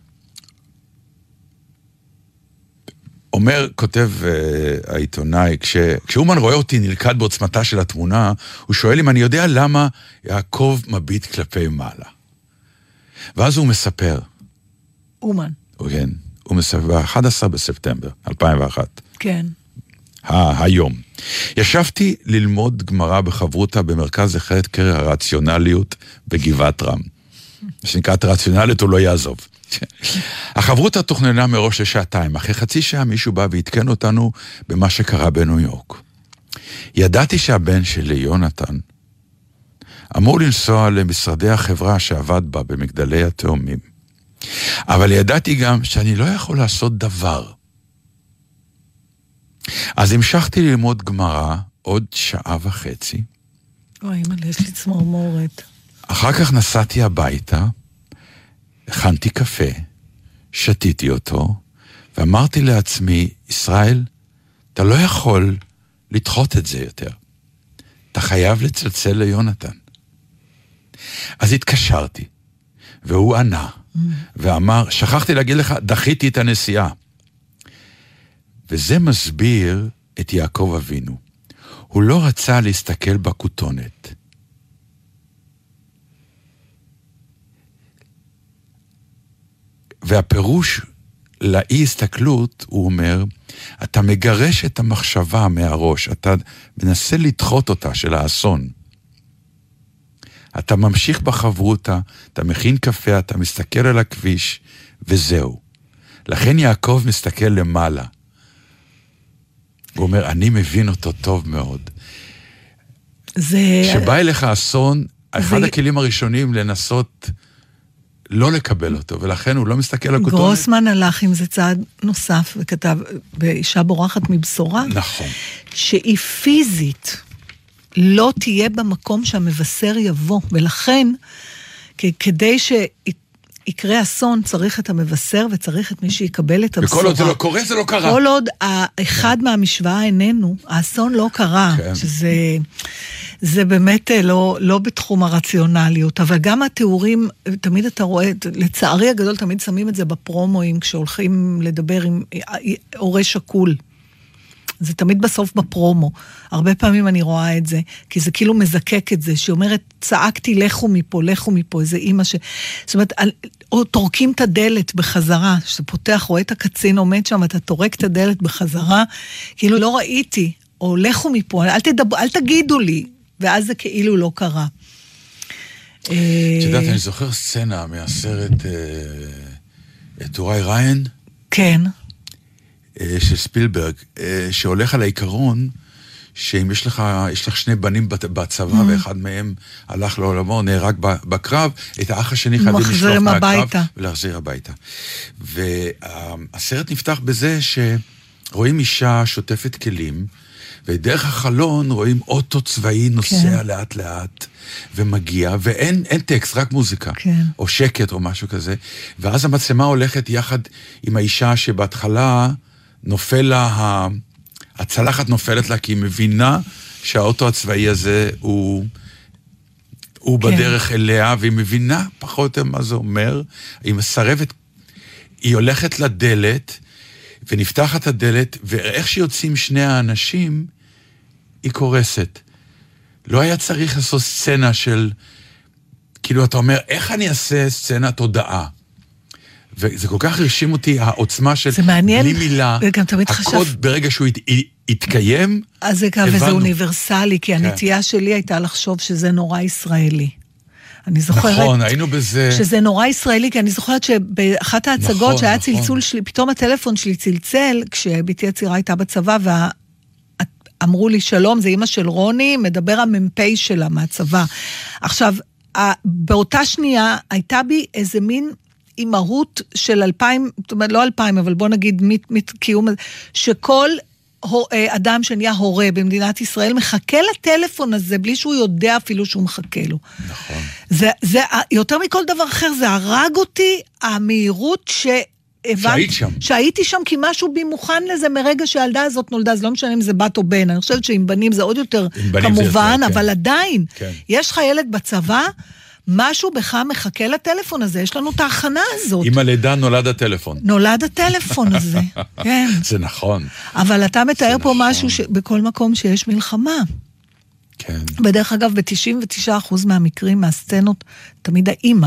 כותב העיתונאי, כשאומן רואה אותי נלכד בעוצמתה של התמונה, הוא שואל אם אני יודע למה יעקב מביט כלפי מעלה. ואז הוא מספר. אומן. כן, הוא מספר ב-11 בספטמבר 2001. כן. היום. ישבתי ללמוד גמרא בחברותה במרכז לחקר הרציונליות בגבעת רם. שנקראת רציונליות הוא לא יעזוב. החברותה תוכננה מראש לשעתיים, אחרי חצי שעה מישהו בא והתקן אותנו במה שקרה בניו יורק. ידעתי שהבן שלי, יונתן, אמור לנסוע למשרדי החברה שעבד בה במגדלי התאומים. אבל ידעתי גם שאני לא יכול לעשות דבר. אז המשכתי ללמוד גמרא עוד שעה וחצי. אוי, אמא, יש לי צמרמורת. אחר כך נסעתי הביתה, הכנתי קפה, שתיתי אותו, ואמרתי לעצמי, ישראל, אתה לא יכול לדחות את זה יותר. אתה חייב לצלצל ליונתן. אז התקשרתי, והוא ענה, ואמר, שכחתי להגיד לך, דחיתי את הנסיעה. וזה מסביר את יעקב אבינו. הוא לא רצה להסתכל בכותונת. והפירוש לאי הסתכלות, הוא אומר, אתה מגרש את המחשבה מהראש, אתה מנסה לדחות אותה של האסון. אתה ממשיך בחברותה, אתה מכין קפה, אתה מסתכל על הכביש, וזהו. לכן יעקב מסתכל למעלה. הוא אומר, אני מבין אותו טוב מאוד. שבא אליך אסון, אחד הכלים הראשונים לנסות לא לקבל אותו, ולכן הוא לא מסתכל על הכותונת. גרוסמן הלך עם זה צעד נוסף, וכתב, באישה בורחת מבשורה, נכון. שהיא פיזית לא תהיה במקום שהמבשר יבוא, ולכן, כדי שיקרה אסון, צריך את המבשר, וצריך את מי שיקבל את הבשורה. וכל עוד זה לא קורה, זה לא קרה. כל עוד אחד מהמשוואה איננו, האסון לא קרה, כן. זה באמת לא בתחום הרציונליות, אבל גם התיאורים, תמיד אתה רואה, לצערי הגדול תמיד שמים את זה בפרומואים, כשהולכים לדבר עם הורה שקול. זה תמיד בסוף בפרומו. הרבה פעמים אני רואה את זה, כי זה כאילו מזקק את זה, שאומרת, צעקתי לכו מפה, איזה אימא זאת אומרת, או תורקים את הדלת בחזרה, שאתה פותח, רואה את הקצין עומד שם, אתה תורק את הדלת בחזרה, כאילו לא ראיתי, או לכו מפה, אל תגידו לי, ואז זה כאילו לא קרה. את יודעת, אני זוכר סצנה מהסרט טוראי ריין. כן. של ספילברג, שהולך על העיקרון שאם יש לך שני בנים בצבא, ואחד מהם הלך לעולמו, נהרג בקרב, את האח השני חייבים לשלוח מהקרב ולהחזיר הביתה. והסרט נפתח בזה שרואים אישה שוטפת כלים, ודרך החלון רואים אוטו צבאי נוסע לאט לאט, ומגיע, ואין טקסט, רק מוזיקה, או שקט או משהו כזה, ואז המצלמה הולכת יחד עם האישה שבהתחלה נופל לה, הצלחת נופלת לה, כי היא מבינה שהאוטו הצבאי הזה הוא בדרך אליה, והיא מבינה פחות מה זה אומר, היא מסרבת, היא הולכת לדלת, ונפתחת הדלת, ואיך שיוצאים שני האנשים, היא קורסת. לא היה צריך לעשות סצנה של, כאילו אתה אומר, איך אני אעשה סצנת הודעה? וזה כל כך הרשים אותי, העוצמה של בלי מילה, הקוד ברגע שהוא התקיים, אז זה גם, וזה אוניברסלי, כי הנטייה שלי הייתה לחשוב שזה נורא ישראלי. אני זוכרת, נכון, היינו בזה, שזה נורא ישראלי, כי אני זוכרת שבאחת ההצגות שהיה צלצול שלי, פתאום הטלפון שלי צלצל, כשביתי הצעירה הייתה בצבא, ואמרו לי שלום, זה אמא של רוני, מדבר המ"פ שלה מהצבא. עכשיו, באותה שנייה הייתה בי איזה מין אימהות של 2000, זאת אומרת לא 2000, אבל בוא נגיד קיום, שכל אדם שנהיה הורה במדינת ישראל מחכה לטלפון הזה בלי שהוא יודע אפילו שהוא מחכה לו. נכון. זה יותר מכל דבר אחר, זה הרג אותי המהירות שהייתי שם, כי משהו בי מוכן לזה מרגע שהילדה הזאת נולדה, זה לא משנה אם זה בת או בן, אני חושבת שעם בנים זה עוד יותר כמובן, אבל עדיין, יש לך ילד בצבא, משהו בך מחכה לטלפון הזה, יש לנו את ההכנה הזאת. עם הלידה נולד הטלפון. נולד הטלפון הזה, כן. זה נכון. אבל אתה מתאר פה משהו בכל מקום שיש מלחמה. כן. בדרך אגב, ב-99% מהמקרים, מהסצנות, תמיד האמא.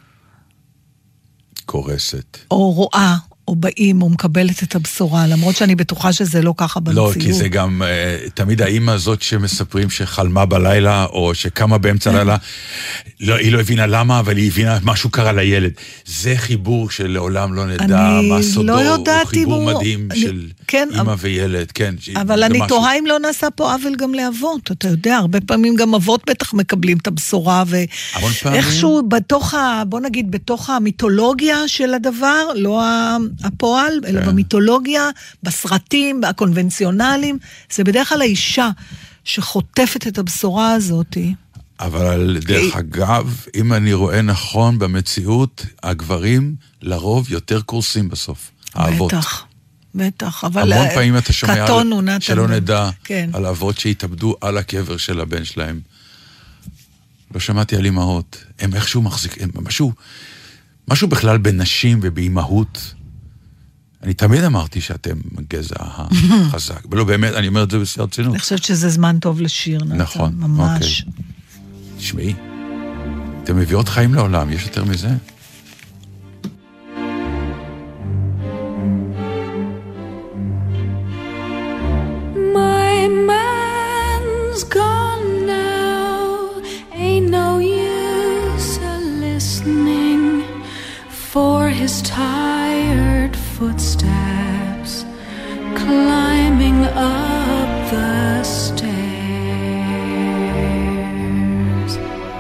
קורסת. או רואה, או באים, או מקבלת את הבשורה, למרות שאני בטוחה שזה לא ככה במציאות. לא, כי זה גם, תמיד האמא הזאת שמספרים שחלמה בלילה, או שקמה באמצע לילה, היא לא הבינה למה, אבל היא הבינה משהו קרה לילד. זה חיבור שלעולם לא נדע מה סודו, הוא חיבור מדהים של אמא וילד, כן. אבל אני תוהה אם לא נעשה פה עוול גם לאבות, אתה יודע, הרבה פעמים גם אבות בטח מקבלים את הבשורה, ואיכשהו בוא נגיד, בתוך המיתולוגיה של הדבר, לא הפועל, אלא במיתולוגיה, בסרטים, הקונבנציונליים, זה בדרך כלל האישה שחוטפת את הבשורה הזאת. אבל דרך אגב, אם אני רואה נכון במציאות, הגברים לרוב יותר קורסים בסוף, האבות. בטח, אבל המון פעמים אתה שומע שלא נדע על האבות שהתאבדו על הקבר של הבן שלהם. לא שמעתי על אמהות, הם איכשהו מחזיקים, משהו בכלל בנשים ובאימהות. אני תמיד אמרתי שאתם גזע החזק, ולא באמת, אני אומר את זה בשיא הרצינות. אני חושבת שזה זמן טוב לשיר, נתן, נכון, ממש. תשמעי, אתם מביאות חיים לעולם, יש יותר מזה? My man's gone now, ain't no use listening for his tired footsteps climbing up the stairs.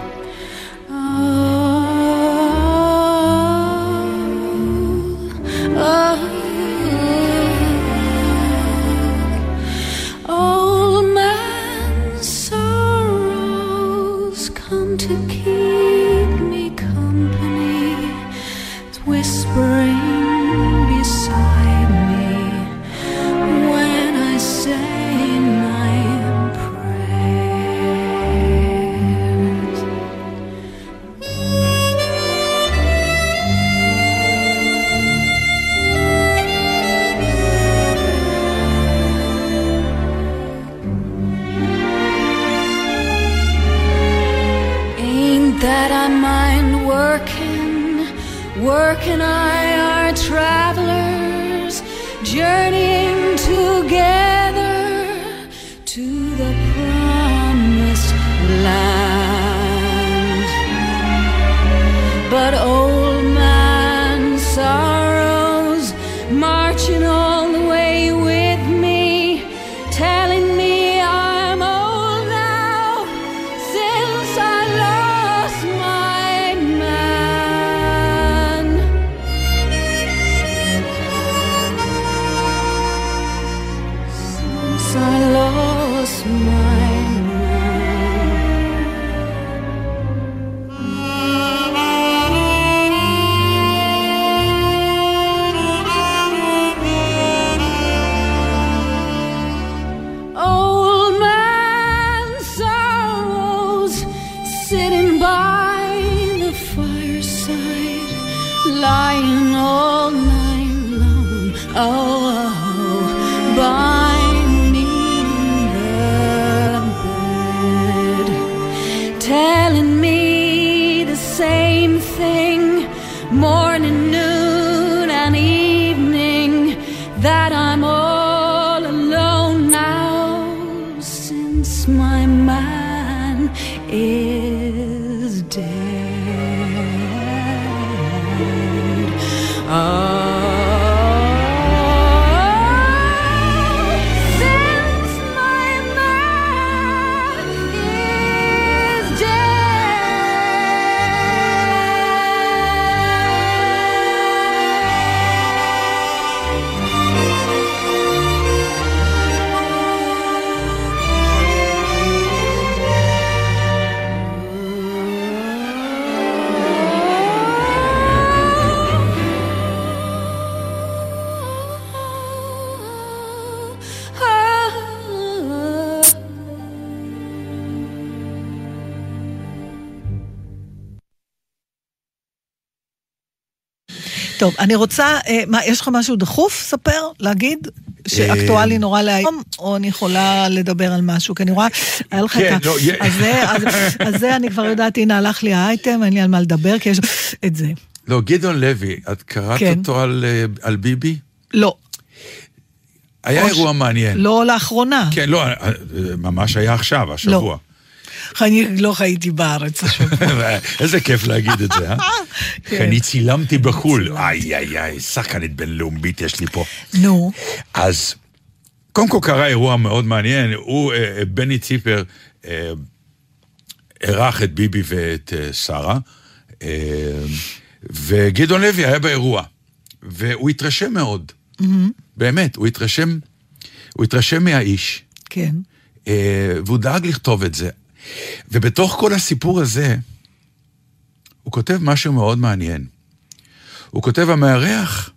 Old man's sorrows come to keep me company, whispering beside me when I say my prayers. Ain't that I mind working I are travelers journeying together to the promised land. But old man's sorrows marching all the way with me, telling me I lying all night long, oh, by me in the bed, telling me the same thing, morning, noon, and evening, that I'm all alone now, since my man is dead. Since my man is טוב, אני רוצה, יש לך משהו דחוף, ספר, להגיד, שאקטואלי נורא להיום, או אני יכולה לדבר על משהו, כי אני רואה, היה לך את ה... אז זה אני כבר יודעת, הנה הלך לי האייטם, אין לי על מה לדבר, כי יש את זה. לא, גדעון לוי, את קראת אותו על ביבי? לא. היה אירוע מעניין. לא לאחרונה. כן, לא, ממש היה עכשיו, השבוע. אני לא חייתי בארץ השבוע. איזה כיף להגיד את זה, אני צילמתי בחול. איי, שחקנית בינלאומית יש לי פה. נו. אז, קודם כל קרה אירוע מאוד מעניין, בני ציפר ערך את ביבי ואת שרה, וגדעון לוי היה באירוע, והוא התרשם מאוד. באמת, הוא התרשם מהאיש. כן. והוא דאג לכתוב את זה. ובתוך כל הסיפור הזה, הוא כותב משהו מאוד מעניין. הוא כותב, המארח,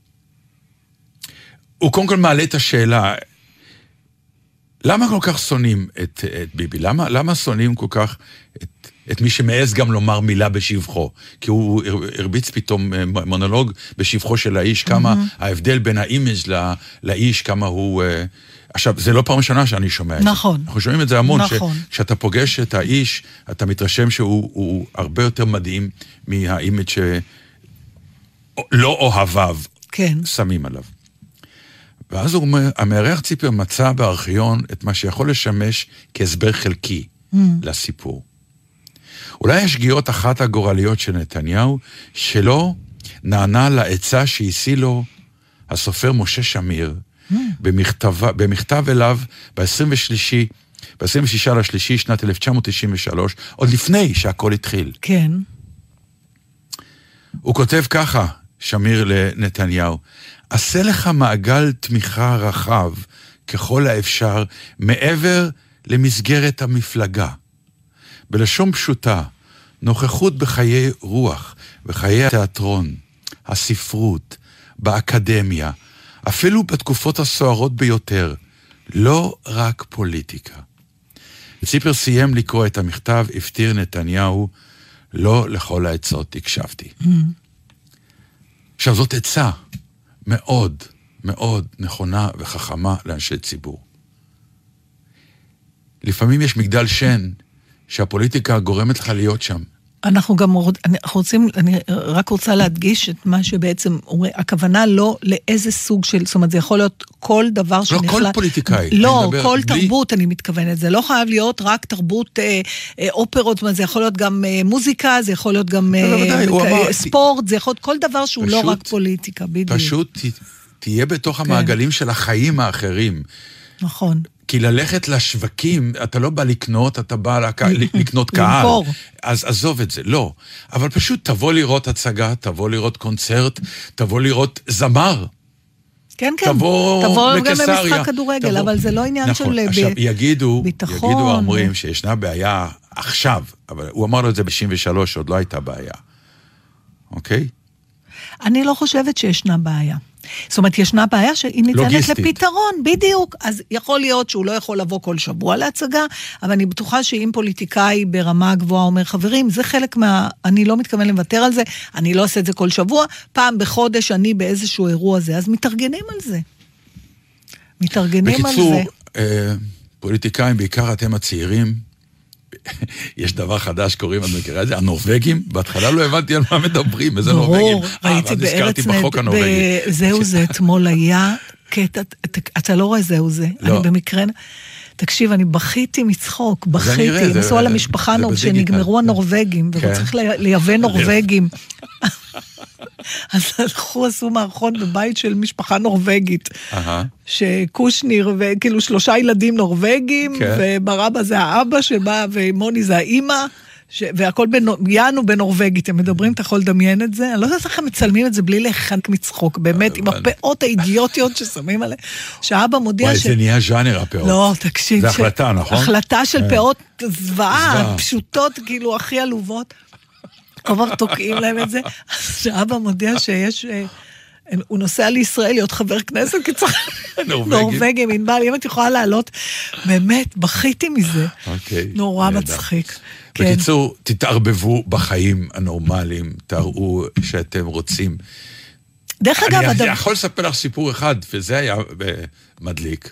הוא קודם כל מעלה את השאלה, למה כל כך שונאים את ביבי? למה שונאים כל כך את מי שמעז גם לומר מילה בשבחו? כי הוא הרביץ פתאום מונולוג בשבחו של האיש, כמה ההבדל בין האימג' לאיש, כמה הוא... עכשיו, זה לא פעם ראשונה שאני שומע את זה. נכון. אנחנו שומעים את זה המון, נכון. כשאתה פוגש את האיש, אתה מתרשם שהוא הרבה יותר מדהים מהאימג' שלא אוהביו שמים עליו. ואז המארח ציפר מצא בארכיון את מה שיכול לשמש כהסבר חלקי לסיפור. אולי השגיאות אחת הגורליות של נתניהו, שלא נענה לעצה שהשיא לו הסופר משה שמיר, במכתב אליו ב-26 לשלישי שנת 1993, עוד לפני שהכל התחיל. כן. הוא כותב ככה, שמיר לנתניהו, עשה לך מעגל תמיכה רחב ככל האפשר מעבר למסגרת המפלגה. בלשון פשוטה, נוכחות בחיי רוח, בחיי התיאטרון, הספרות, באקדמיה, אפילו בתקופות הסוערות ביותר, לא רק פוליטיקה. ציפר סיים לקרוא את המכתב, הפתיר נתניהו, לא לכל העצות הקשבתי. עכשיו זאת עצה מאוד מאוד נכונה וחכמה לאנשי ציבור. לפעמים יש מגדל שן שהפוליטיקה גורמת לך להיות שם. אנחנו גם רוצים, אני רק רוצה להדגיש את מה שבעצם, הכוונה לא לאיזה סוג של, זאת אומרת, זה יכול להיות כל דבר לא כל פוליטיקאי. לא, כל תרבות אני מתכוונת, זה לא חייב להיות רק תרבות אופרות, זה יכול להיות גם מוזיקה, זה יכול להיות גם ספורט, זה יכול להיות כל דבר שהוא לא רק פוליטיקה, בדיוק. פשוט תהיה בתוך המעגלים של החיים האחרים. נכון. כי ללכת לשווקים, אתה לא בא לקנות, אתה בא לקנות קהל. אז עזוב את זה, לא. אבל פשוט תבוא לראות הצגה, תבוא לראות קונצרט, תבוא לראות זמר. כן, כן. תבוא גם במשחק כדורגל, אבל זה לא עניין של ביטחון. עכשיו, יגידו האומרים שישנה בעיה עכשיו, אבל הוא אמר לו את זה ב-93, עוד לא הייתה בעיה. אוקיי? אני לא חושבת שישנה בעיה. זאת אומרת, ישנה בעיה שהיא ניתנת לוגיסטית. לפתרון, בדיוק. אז יכול להיות שהוא לא יכול לבוא כל שבוע להצגה, אבל אני בטוחה שאם פוליטיקאי ברמה גבוהה אומר, חברים, זה חלק אני לא מתכוון לוותר על זה, אני לא עושה את זה כל שבוע, פעם בחודש אני באיזשהו אירוע הזה, אז מתארגנים על זה. מתארגנים על זה. בקיצור, פוליטיקאים, בעיקר אתם הצעירים, יש דבר חדש, קוראים, את מכירה את זה, הנורווגים, בהתחלה לא הבנתי על מה מדברים, איזה נורווגים. ראיתי בארץ זהו זה, אתמול היה קטע, אתה לא רואה זהו זה, אני במקרה, תקשיב, אני בכיתי מצחוק, בכיתי, הם עשו על המשפחה שנגמרו הנורווגים, וצריך לייבא נורווגים. אז עשו מערכון בבית של משפחה נורווגית, שקושניר וכאילו 3 ילדים נורווגים, וברבא זה האבא שבא, ומוני זה האמא, והכל יענו בנורווגית, הם מדברים, אתה יכול לדמיין את זה, אני לא יודעת איך הם מצלמים את זה בלי להיחנק מצחוק, באמת, עם הפאות האידיוטיות ששמים עליהם, שהאבא מודיע זה נהיה ז'אנר הפאות. לא, תקשיב. זה החלטה, נכון? החלטה של פאות זוועה, פשוטות, כאילו, הכי עלובות. כבר תוקעים להם את זה, שאבא מודיע שיש, הוא נוסע לישראל להיות חבר כנסת, כי צריך נורווגים, ענבל, אם את יכולה לעלות, באמת, בכיתי מזה, נורא מצחיק. בקיצור, תתערבבו בחיים הנורמליים, תראו שאתם רוצים. דרך אגב, אני יכול לספר לך סיפור אחד, וזה היה מדליק.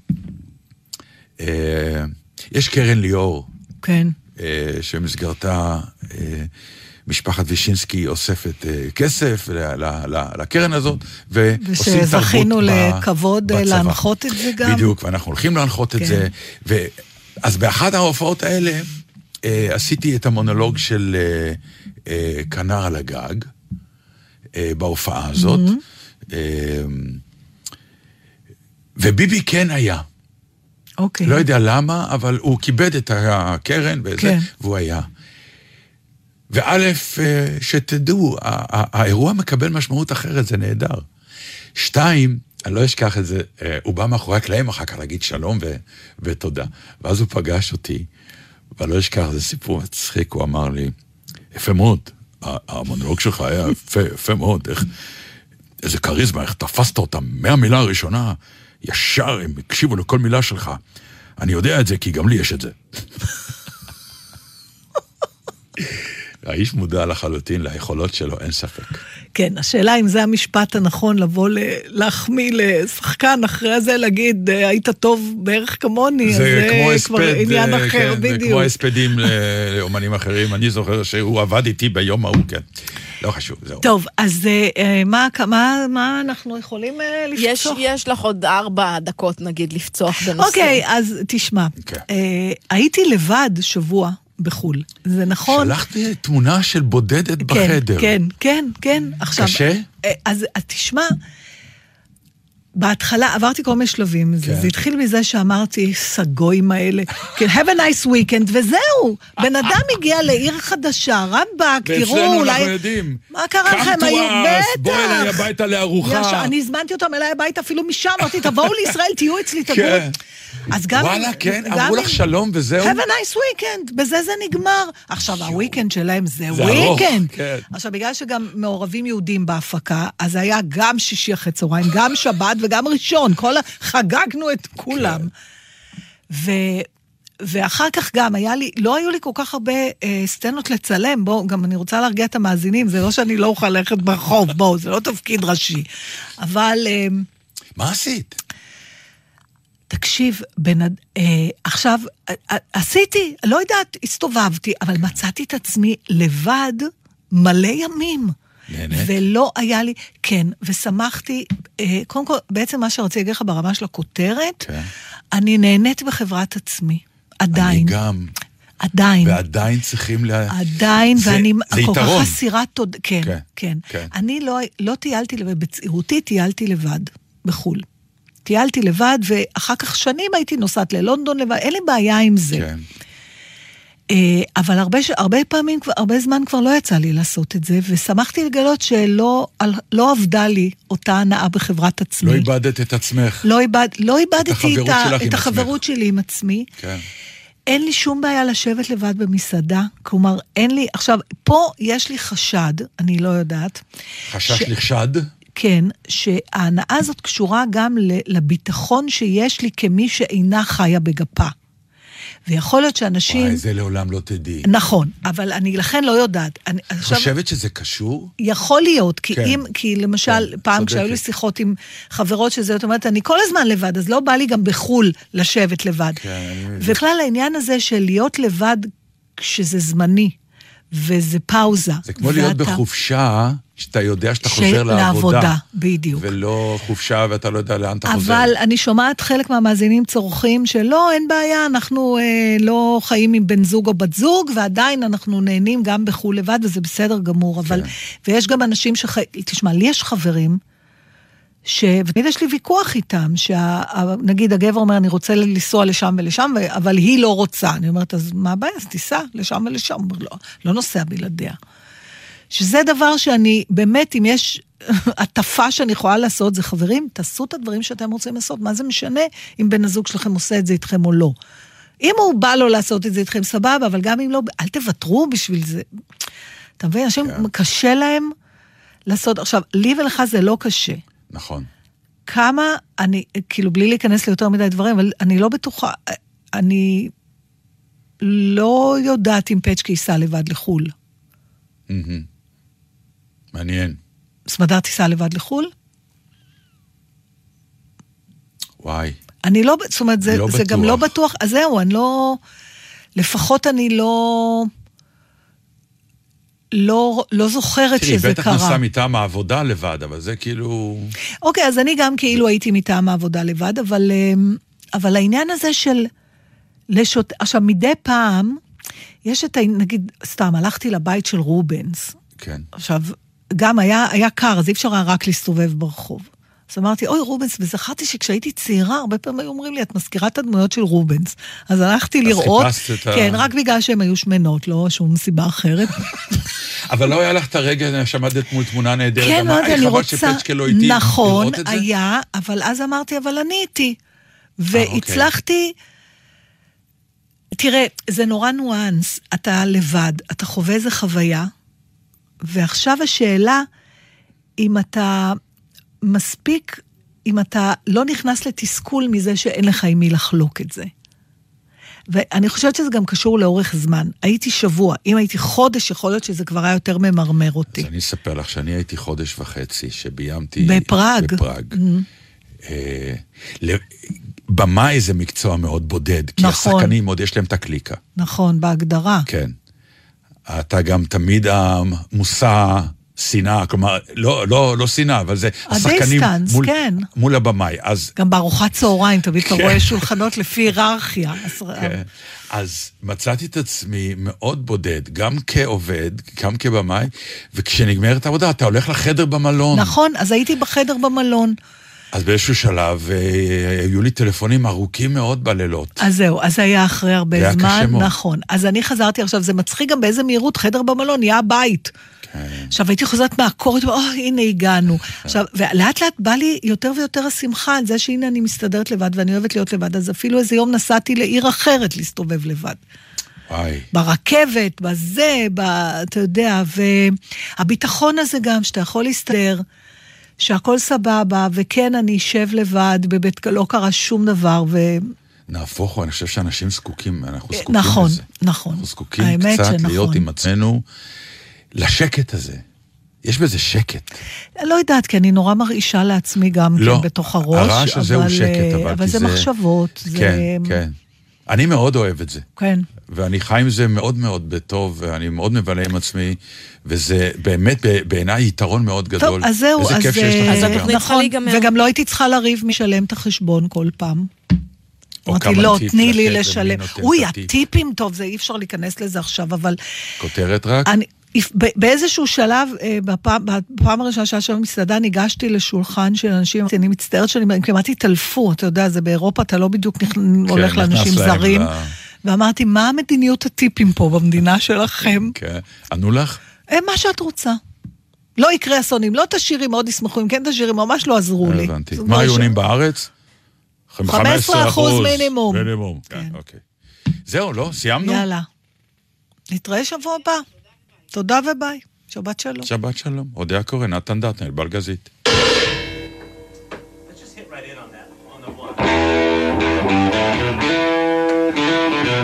יש קרן ליאור, כן. שמסגרתה משפחת וישינסקי אוספת כסף לקרן הזאת, ועושים תרבות בצבא. ושזכינו לכבוד להנחות את זה גם. בדיוק, ואנחנו הולכים להנחות את זה. אז באחת ההופעות האלה, עשיתי את המונולוג של כנר על הגג, בהופעה הזאת, וביבי כן היה. אוקיי. לא יודע למה, אבל הוא כיבד את הקרן וזה, והוא היה. וא', שתדעו, האירוע מקבל משמעות אחרת, זה נהדר. 2, אני לא אשכח את זה, הוא בא מאחורי הקלעים אחר כך להגיד שלום ותודה. ואז הוא פגש אותי, ואני לא אשכח, זה סיפור מצחיק, הוא אמר לי, יפה מאוד, המונולוג שלך היה יפה מאוד, איזה קריזמה, איך תפסת אותם מהמילה הראשונה, ישר הם הקשיבו לכל מילה שלך. אני יודע את זה, כי גם לי יש את זה. האיש מודע לחלוטין ליכולות שלו, אין ספק. כן, השאלה אם זה המשפט הנכון לבוא להחמיא לשחקן אחרי זה, להגיד, היית טוב בערך כמוני, זה כבר עניין אחר, בדיוק. זה כמו הספדים לאומנים אחרים, אני זוכר שהוא עבד איתי ביום ההוא, כן. לא חשוב, זהו. טוב, אז מה אנחנו יכולים לפצוח? יש לך עוד 4 דקות, נגיד, לפצוח בנושא. אוקיי, אז תשמע, הייתי לבד שבוע, בחול. זה נכון. שלחתי תמונה של בודדת בחדר. כן. עכשיו, קשה? אז תשמע, בהתחלה עברתי כל מיני שלבים, זה התחיל מזה שאמרתי, סגויים האלה, have a nice weekend, וזהו, בן אדם הגיע לעיר חדשה, רבק, תראו, ואצלנו אנחנו יודעים, מה קרה לכם, היו בטח, בואי אליי הביתה לארוחה. אני הזמנתי אותם אליי הביתה, אפילו משם, אמרתי, תבואו לישראל, תהיו אצלי, תבואו. אז גם... וואלה, כן, אמרו לך שלום וזהו. have a nice weekend, בזה זה נגמר. עכשיו, הוויקנד שלהם זה וויקנד. עכשיו, בגלל שגם מעורבים יהודים בהפקה, אז היה גם שישי אחרי צהריים, גם שבת וגם ראשון, חגגנו את כולם. ואחר כך גם לא היו לי כל כך הרבה סצנות לצלם, בואו, גם אני רוצה להרגיע את המאזינים, זה לא שאני לא אוכל ללכת ברחוב, בואו, זה לא תפקיד ראשי. אבל... מה עשית? תקשיב, עכשיו, עשיתי, לא יודעת, הסתובבתי, אבל מצאתי את עצמי לבד מלא ימים. נהנית? ולא היה לי, כן, ושמחתי, קודם כל, בעצם מה שרציתי להגיד לך ברמה של הכותרת, אני נהנית בחברת עצמי, עדיין. אני גם. עדיין. ועדיין צריכים עדיין, ואני כל כך יתרון. חסירת תודה, כן. אני לא טיילתי לבד, בצעירותי טיילתי לבד, בחול. טיילתי לבד, ואחר כך שנים הייתי נוסעת ללונדון לבד, אין לי בעיה עם זה. כן. אבל הרבה פעמים, הרבה זמן כבר לא יצא לי לעשות את זה, ושמחתי לגלות שלא עבדה לי אותה הנאה בחברת עצמי. לא איבדת את עצמך. לא איבדתי את החברות שלי עם עצמי. כן. אין לי שום בעיה לשבת לבד במסעדה, כלומר, אין לי, עכשיו, פה יש לי חשד, אני לא יודעת. חשש לחשד? כן, שההנאה הזאת קשורה גם לביטחון שיש לי כמי שאינה חיה בגפה. ויכול להיות שאנשים... וואי, זה לעולם לא תדעי. נכון, אבל אני לכן לא יודעת. חושבת שזה קשור? יכול להיות, כן. כי למשל, כן, פעם צודקת. כשהיו לי שיחות עם חברות שזה, זאת אומרת, אני כל הזמן לבד, אז לא בא לי גם בחול לשבת לבד. כן, ובכלל העניין הזה של להיות לבד כשזה זמני, וזה פאוזה. זה כמו להיות בחופשה, שאתה יודע שאתה חוזר לעבודה, בדיוק. ולא חופשה ואתה לא יודע לאן אתה חוזר. אבל אני שומעת חלק מהמאזינים צורכים שלא, אין בעיה, אנחנו לא חיים עם בן זוג או בת זוג, ועדיין אנחנו נהנים גם בחול לבד, וזה בסדר גמור. אבל, ויש גם אנשים תשמע, לי יש חברים, ותמיד יש לי ויכוח איתם, נגיד הגבר אומר, אני רוצה לנסוע לשם ולשם, אבל היא לא רוצה. אני אומרת, אז מה הבעיה? אז תיסע לשם ולשם. הוא אומר, לא נוסע בלעדיה. שזה דבר שאני, באמת, אם יש עטפה שאני יכולה לעשות, זה חברים, תעשו את הדברים שאתם רוצים לעשות. מה זה משנה אם בן הזוג שלכם עושה את זה איתכם או לא? אם הוא בא לו לעשות את זה איתכם, סבבה, אבל גם אם לא, אל תוותרו בשביל זה. אתה מבין, אנשים קשה להם לעשות. עכשיו, לי ולך זה לא קשה. נכון. כמה, אני, כאילו, בלי להיכנס ליותר מדי דברים, אבל אני לא בטוחה, אני לא יודעת אם פצ'קי ייסע לבד לחול. מעניין. סמדר תיסע לבד לחול? וואי. אני לא, זאת אומרת, זה גם לא בטוח, אז זהו, אני לא, לפחות אני לא זוכרת שזה קרה. תראי, בטח נסע מטעם העבודה לבד, אבל זה כאילו... אוקיי, אז אני גם כאילו הייתי מטעם העבודה לבד, אבל העניין הזה של עכשיו, מדי פעם, יש את, נגיד, סתם, הלכתי לבית של רובנס. כן. עכשיו, גם היה קר, אז אי אפשר היה רק להסתובב ברחוב. אז אמרתי, אוי רובנס, וזכרתי שכשהייתי צעירה, הרבה פעמים היו אומרים לי, את מזכירה את הדמויות של רובנס. אז הלכתי לראות, כן, רק בגלל שהם היו שמנות, לא שום סיבה אחרת. אבל לא היה לך את הרגע שעמדת מול תמונה נהדרת, כן, אני רוצה, נכון, לראות את זה? היה, אבל אז אמרתי, אבל אני איתי. והצלחתי, תראה, זה נורא נואנס, אתה לבד, אתה חווה איזה חוויה, ועכשיו השאלה, אם אתה מספיק, אם אתה לא נכנס לתסכול מזה שאין לך עם מי לחלוק את זה. ואני חושבת שזה גם קשור לאורך זמן. הייתי שבוע, אם הייתי חודש, יכול להיות שזה כבר היה יותר ממרמר אותי. אז אני אספר לך שאני הייתי חודש וחצי, שביימתי... בפראג. במאי זה מקצוע מאוד בודד, כי השחקנים עוד יש להם את הקליקה. נכון, בהגדרה. כן. אתה גם תמיד המושא שנאה, כלומר, לא שנאה, אבל זה השחקנים מול הבמאי. גם בארוחת צהריים, תמיד אתה רואה שולחנות לפי היררכיה. אז מצאתי את עצמי מאוד בודד, גם כעובד, גם כבמאי, וכשנגמרת העבודה, אתה הולך לחדר במלון. נכון, אז הייתי בחדר במלון. אז באיזשהו שלב, היו לי טלפונים ארוכים מאוד בלילות. אז זהו, אז היה אחרי הרבה זמן, נכון. אז אני חזרתי עכשיו, זה מצחיק גם באיזה מהירות, חדר במלון, נהיה הבית. עכשיו, הייתי חוזרת מהקורת, הנה הגענו. עכשיו, ולאט לאט בא לי יותר ויותר השמחה, על זה שהנה אני מסתדרת לבד, ואני אוהבת להיות לבד, אז אפילו איזה יום נסעתי לעיר אחרת להסתובב לבד. וואי. ברכבת, בזה, אתה יודע, והביטחון הזה גם, שאתה יכול להסתדר, שהכל סבבה, וכן, אני אשב לבד, בבית לא קרה שום דבר, נהפוך, אני חושב שאנשים זקוקים, אנחנו זקוקים נכון, לזה. נכון. אנחנו זקוקים קצת להיות עם עצמנו, לשקט הזה. יש בזה שקט. לא יודעת, כי אני נורא מרעישה לעצמי גם לא, כן בתוך הראש. הרעש הזה הוא שקט, אבל זה מחשבות. כן, כן. אני מאוד אוהב את זה. כן. ואני חי עם זה מאוד מאוד בטוב, ואני מאוד מבלה עם עצמי, וזה באמת בעיניי יתרון מאוד גדול. טוב, אז זהו, איזה כיף שיש לך גם. נכון, וגם לא הייתי צריכה לריב משלם את החשבון כל פעם. אמרתי, לא, תני לי לשלם. אוי, הטיפים, טוב, זה אי אפשר להיכנס לזה עכשיו, אבל... כותרת רק? באיזשהו שלב, בפעם הראשונה שעכשיו מסעדה, ניגשתי לשולחן של אנשים, אני מצטערת שאני כמעט התעלפו, אתה יודע, זה באירופה, אתה לא בדיוק הולך לאנשים זרים, ואמרתי, מה המדיניות הטיפים פה במדינה שלכם? כן, ענו לך? מה שאת רוצה. לא יקרה אסונים, לא תשירים, מאוד ישמחו, אם כן תשירים, ממש לא עזרו לי. הבנתי. מה היו עונים בארץ? 15% מינימום. מינימום, כן, אוקיי. זהו, לא? סיימנו? יאללה. נתראה שבוע הבא. תודה וביי. שבת שלום. שבת שלום. אודיה קורן, נתן דטנר, בלגזית.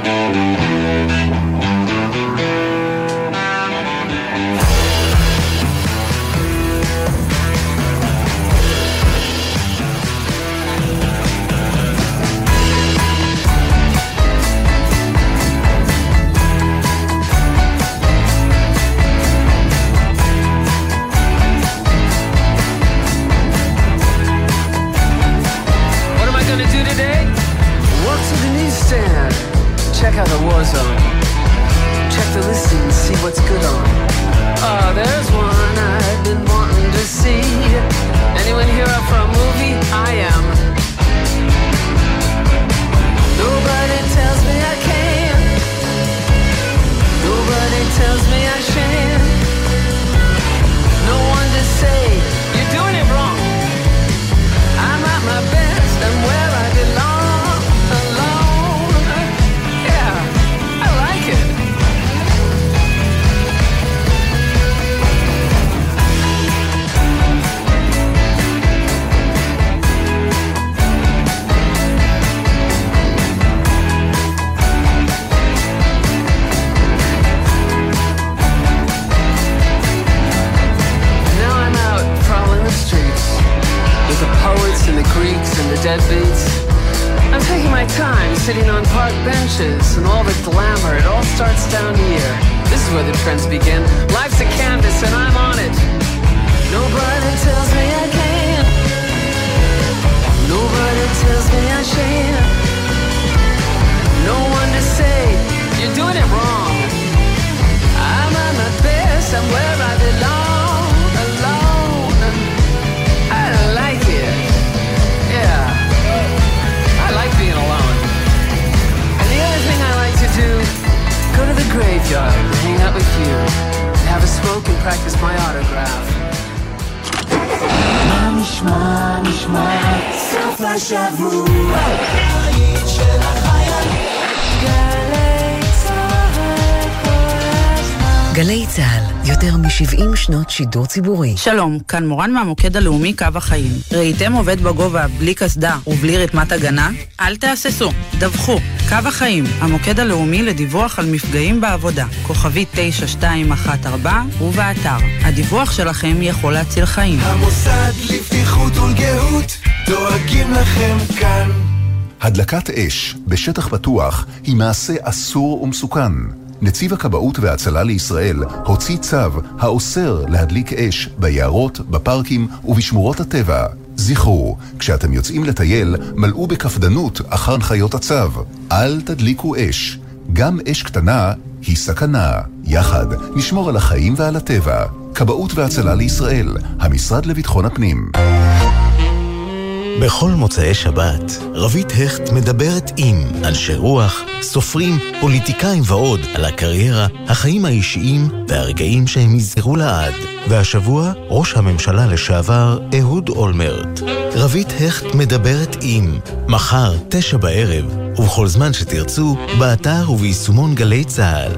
Check out the war zone. Check the listings, see what's good on. Oh, there's one I've been wanting to see. Anyone here up for a movie? I am. Nobody tells me I can. Nobody tells me I shan't. No one to say you're doing it wrong. I'm at my best. I'm where I belong. And the Greeks and the deadbeats. I'm taking my time sitting on park benches and all the glamour, it all starts down here. This is where the trends begin. Life's a canvas and I'm on it. Nobody tells me I can. Nobody tells me I shan't. No one to say you're doing it wrong. I'm at my best, I'm where I belong. Alone, I don't like it. Yeah, I like being alone. And the other thing I like to do, go to the graveyard and hang out with you, have a smoke and practice my autograph. מה נשמע, נשמע, סוף השבוע, הבית של החיילים. גלי צהל כל הזמן. גלי צהל, יותר מ-70 שנות שידור ציבורי. שלום, כאן מורן מהמוקד הלאומי קו החיים. ראיתם עובד בגובה בלי קסדה ובלי רתמת הגנה? אל תהססו, דווחו. קו החיים, המוקד הלאומי לדיווח על מפגעים בעבודה. כוכבי 9214 ובאתר. הדיווח שלכם יכול להציל חיים. המוסד לבטיחות ולגהות דואגים לכם כאן. הדלקת אש בשטח פתוח היא מעשה אסור ומסוכן. נציב הכבאות וההצלה לישראל הוציא צו האוסר להדליק אש ביערות, בפארקים ובשמורות הטבע. זכרו, כשאתם יוצאים לטייל, מלאו בקפדנות אחר הנחיות הצו. אל תדליקו אש. גם אש קטנה היא סכנה. יחד נשמור על החיים ועל הטבע. כבאות והצלה לישראל, המשרד לביטחון הפנים. בכל מוצאי שבת, רבית הכט מדברת עם אנשי רוח, סופרים, פוליטיקאים ועוד על הקריירה, החיים האישיים והרגעים שהם יזכרו לעד. והשבוע, ראש הממשלה לשעבר, אהוד אולמרט. רבית הכט מדברת עם מחר 9 בערב, ובכל זמן שתרצו, באתר וביישומון גלי צהל.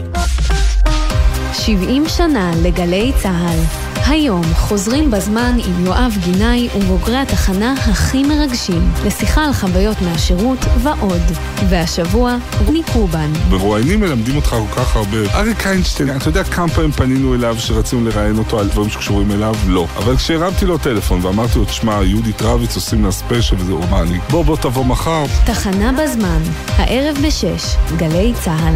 70 שנה לגלי צהל. היום חוזרים בזמן עם יואב גינאי ובוגרי התחנה הכי מרגשים, לשיחה על חוויות מהשירות ועוד. והשבוע, רוני קובן. ברואיינים מלמדים אותך כל כך הרבה. אריק איינשטיין, אתה יודע כמה פעמים פנינו אליו שרצינו לראיין אותו על דברים שקשורים אליו? לא. אבל כשהרמתי לו טלפון ואמרתי לו, תשמע, יהודית רביץ עושים לה ספיישל וזה אומני. בוא תבוא מחר. תחנה בזמן, הערב ב6, גלי צהל.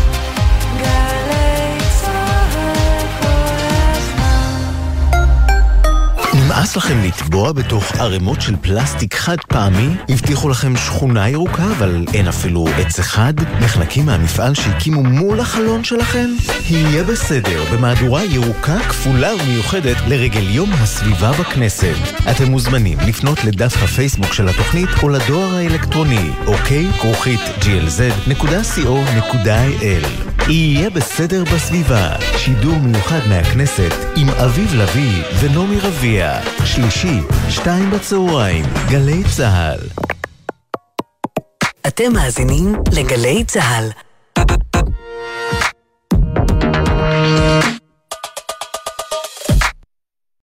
נמאס לכם לטבוע בתוך ערימות של פלסטיק חד פעמי? הבטיחו לכם שכונה ירוקה, אבל אין אפילו עץ אחד? נחנקים מהמפעל שהקימו מול החלון שלכם? יהיה בסדר, במהדורה ירוקה כפולה ומיוחדת לרגל יום הסביבה בכנסת. אתם מוזמנים לפנות לדף הפייסבוק של התוכנית או לדואר האלקטרוני ok@glz.co.il. יהיה בסדר בסביבה, שידור מיוחד מהכנסת עם אביב לוי ונומי רביע. שלישי, 2:00, גלי צהל. אתם מאזינים לגלי צהל.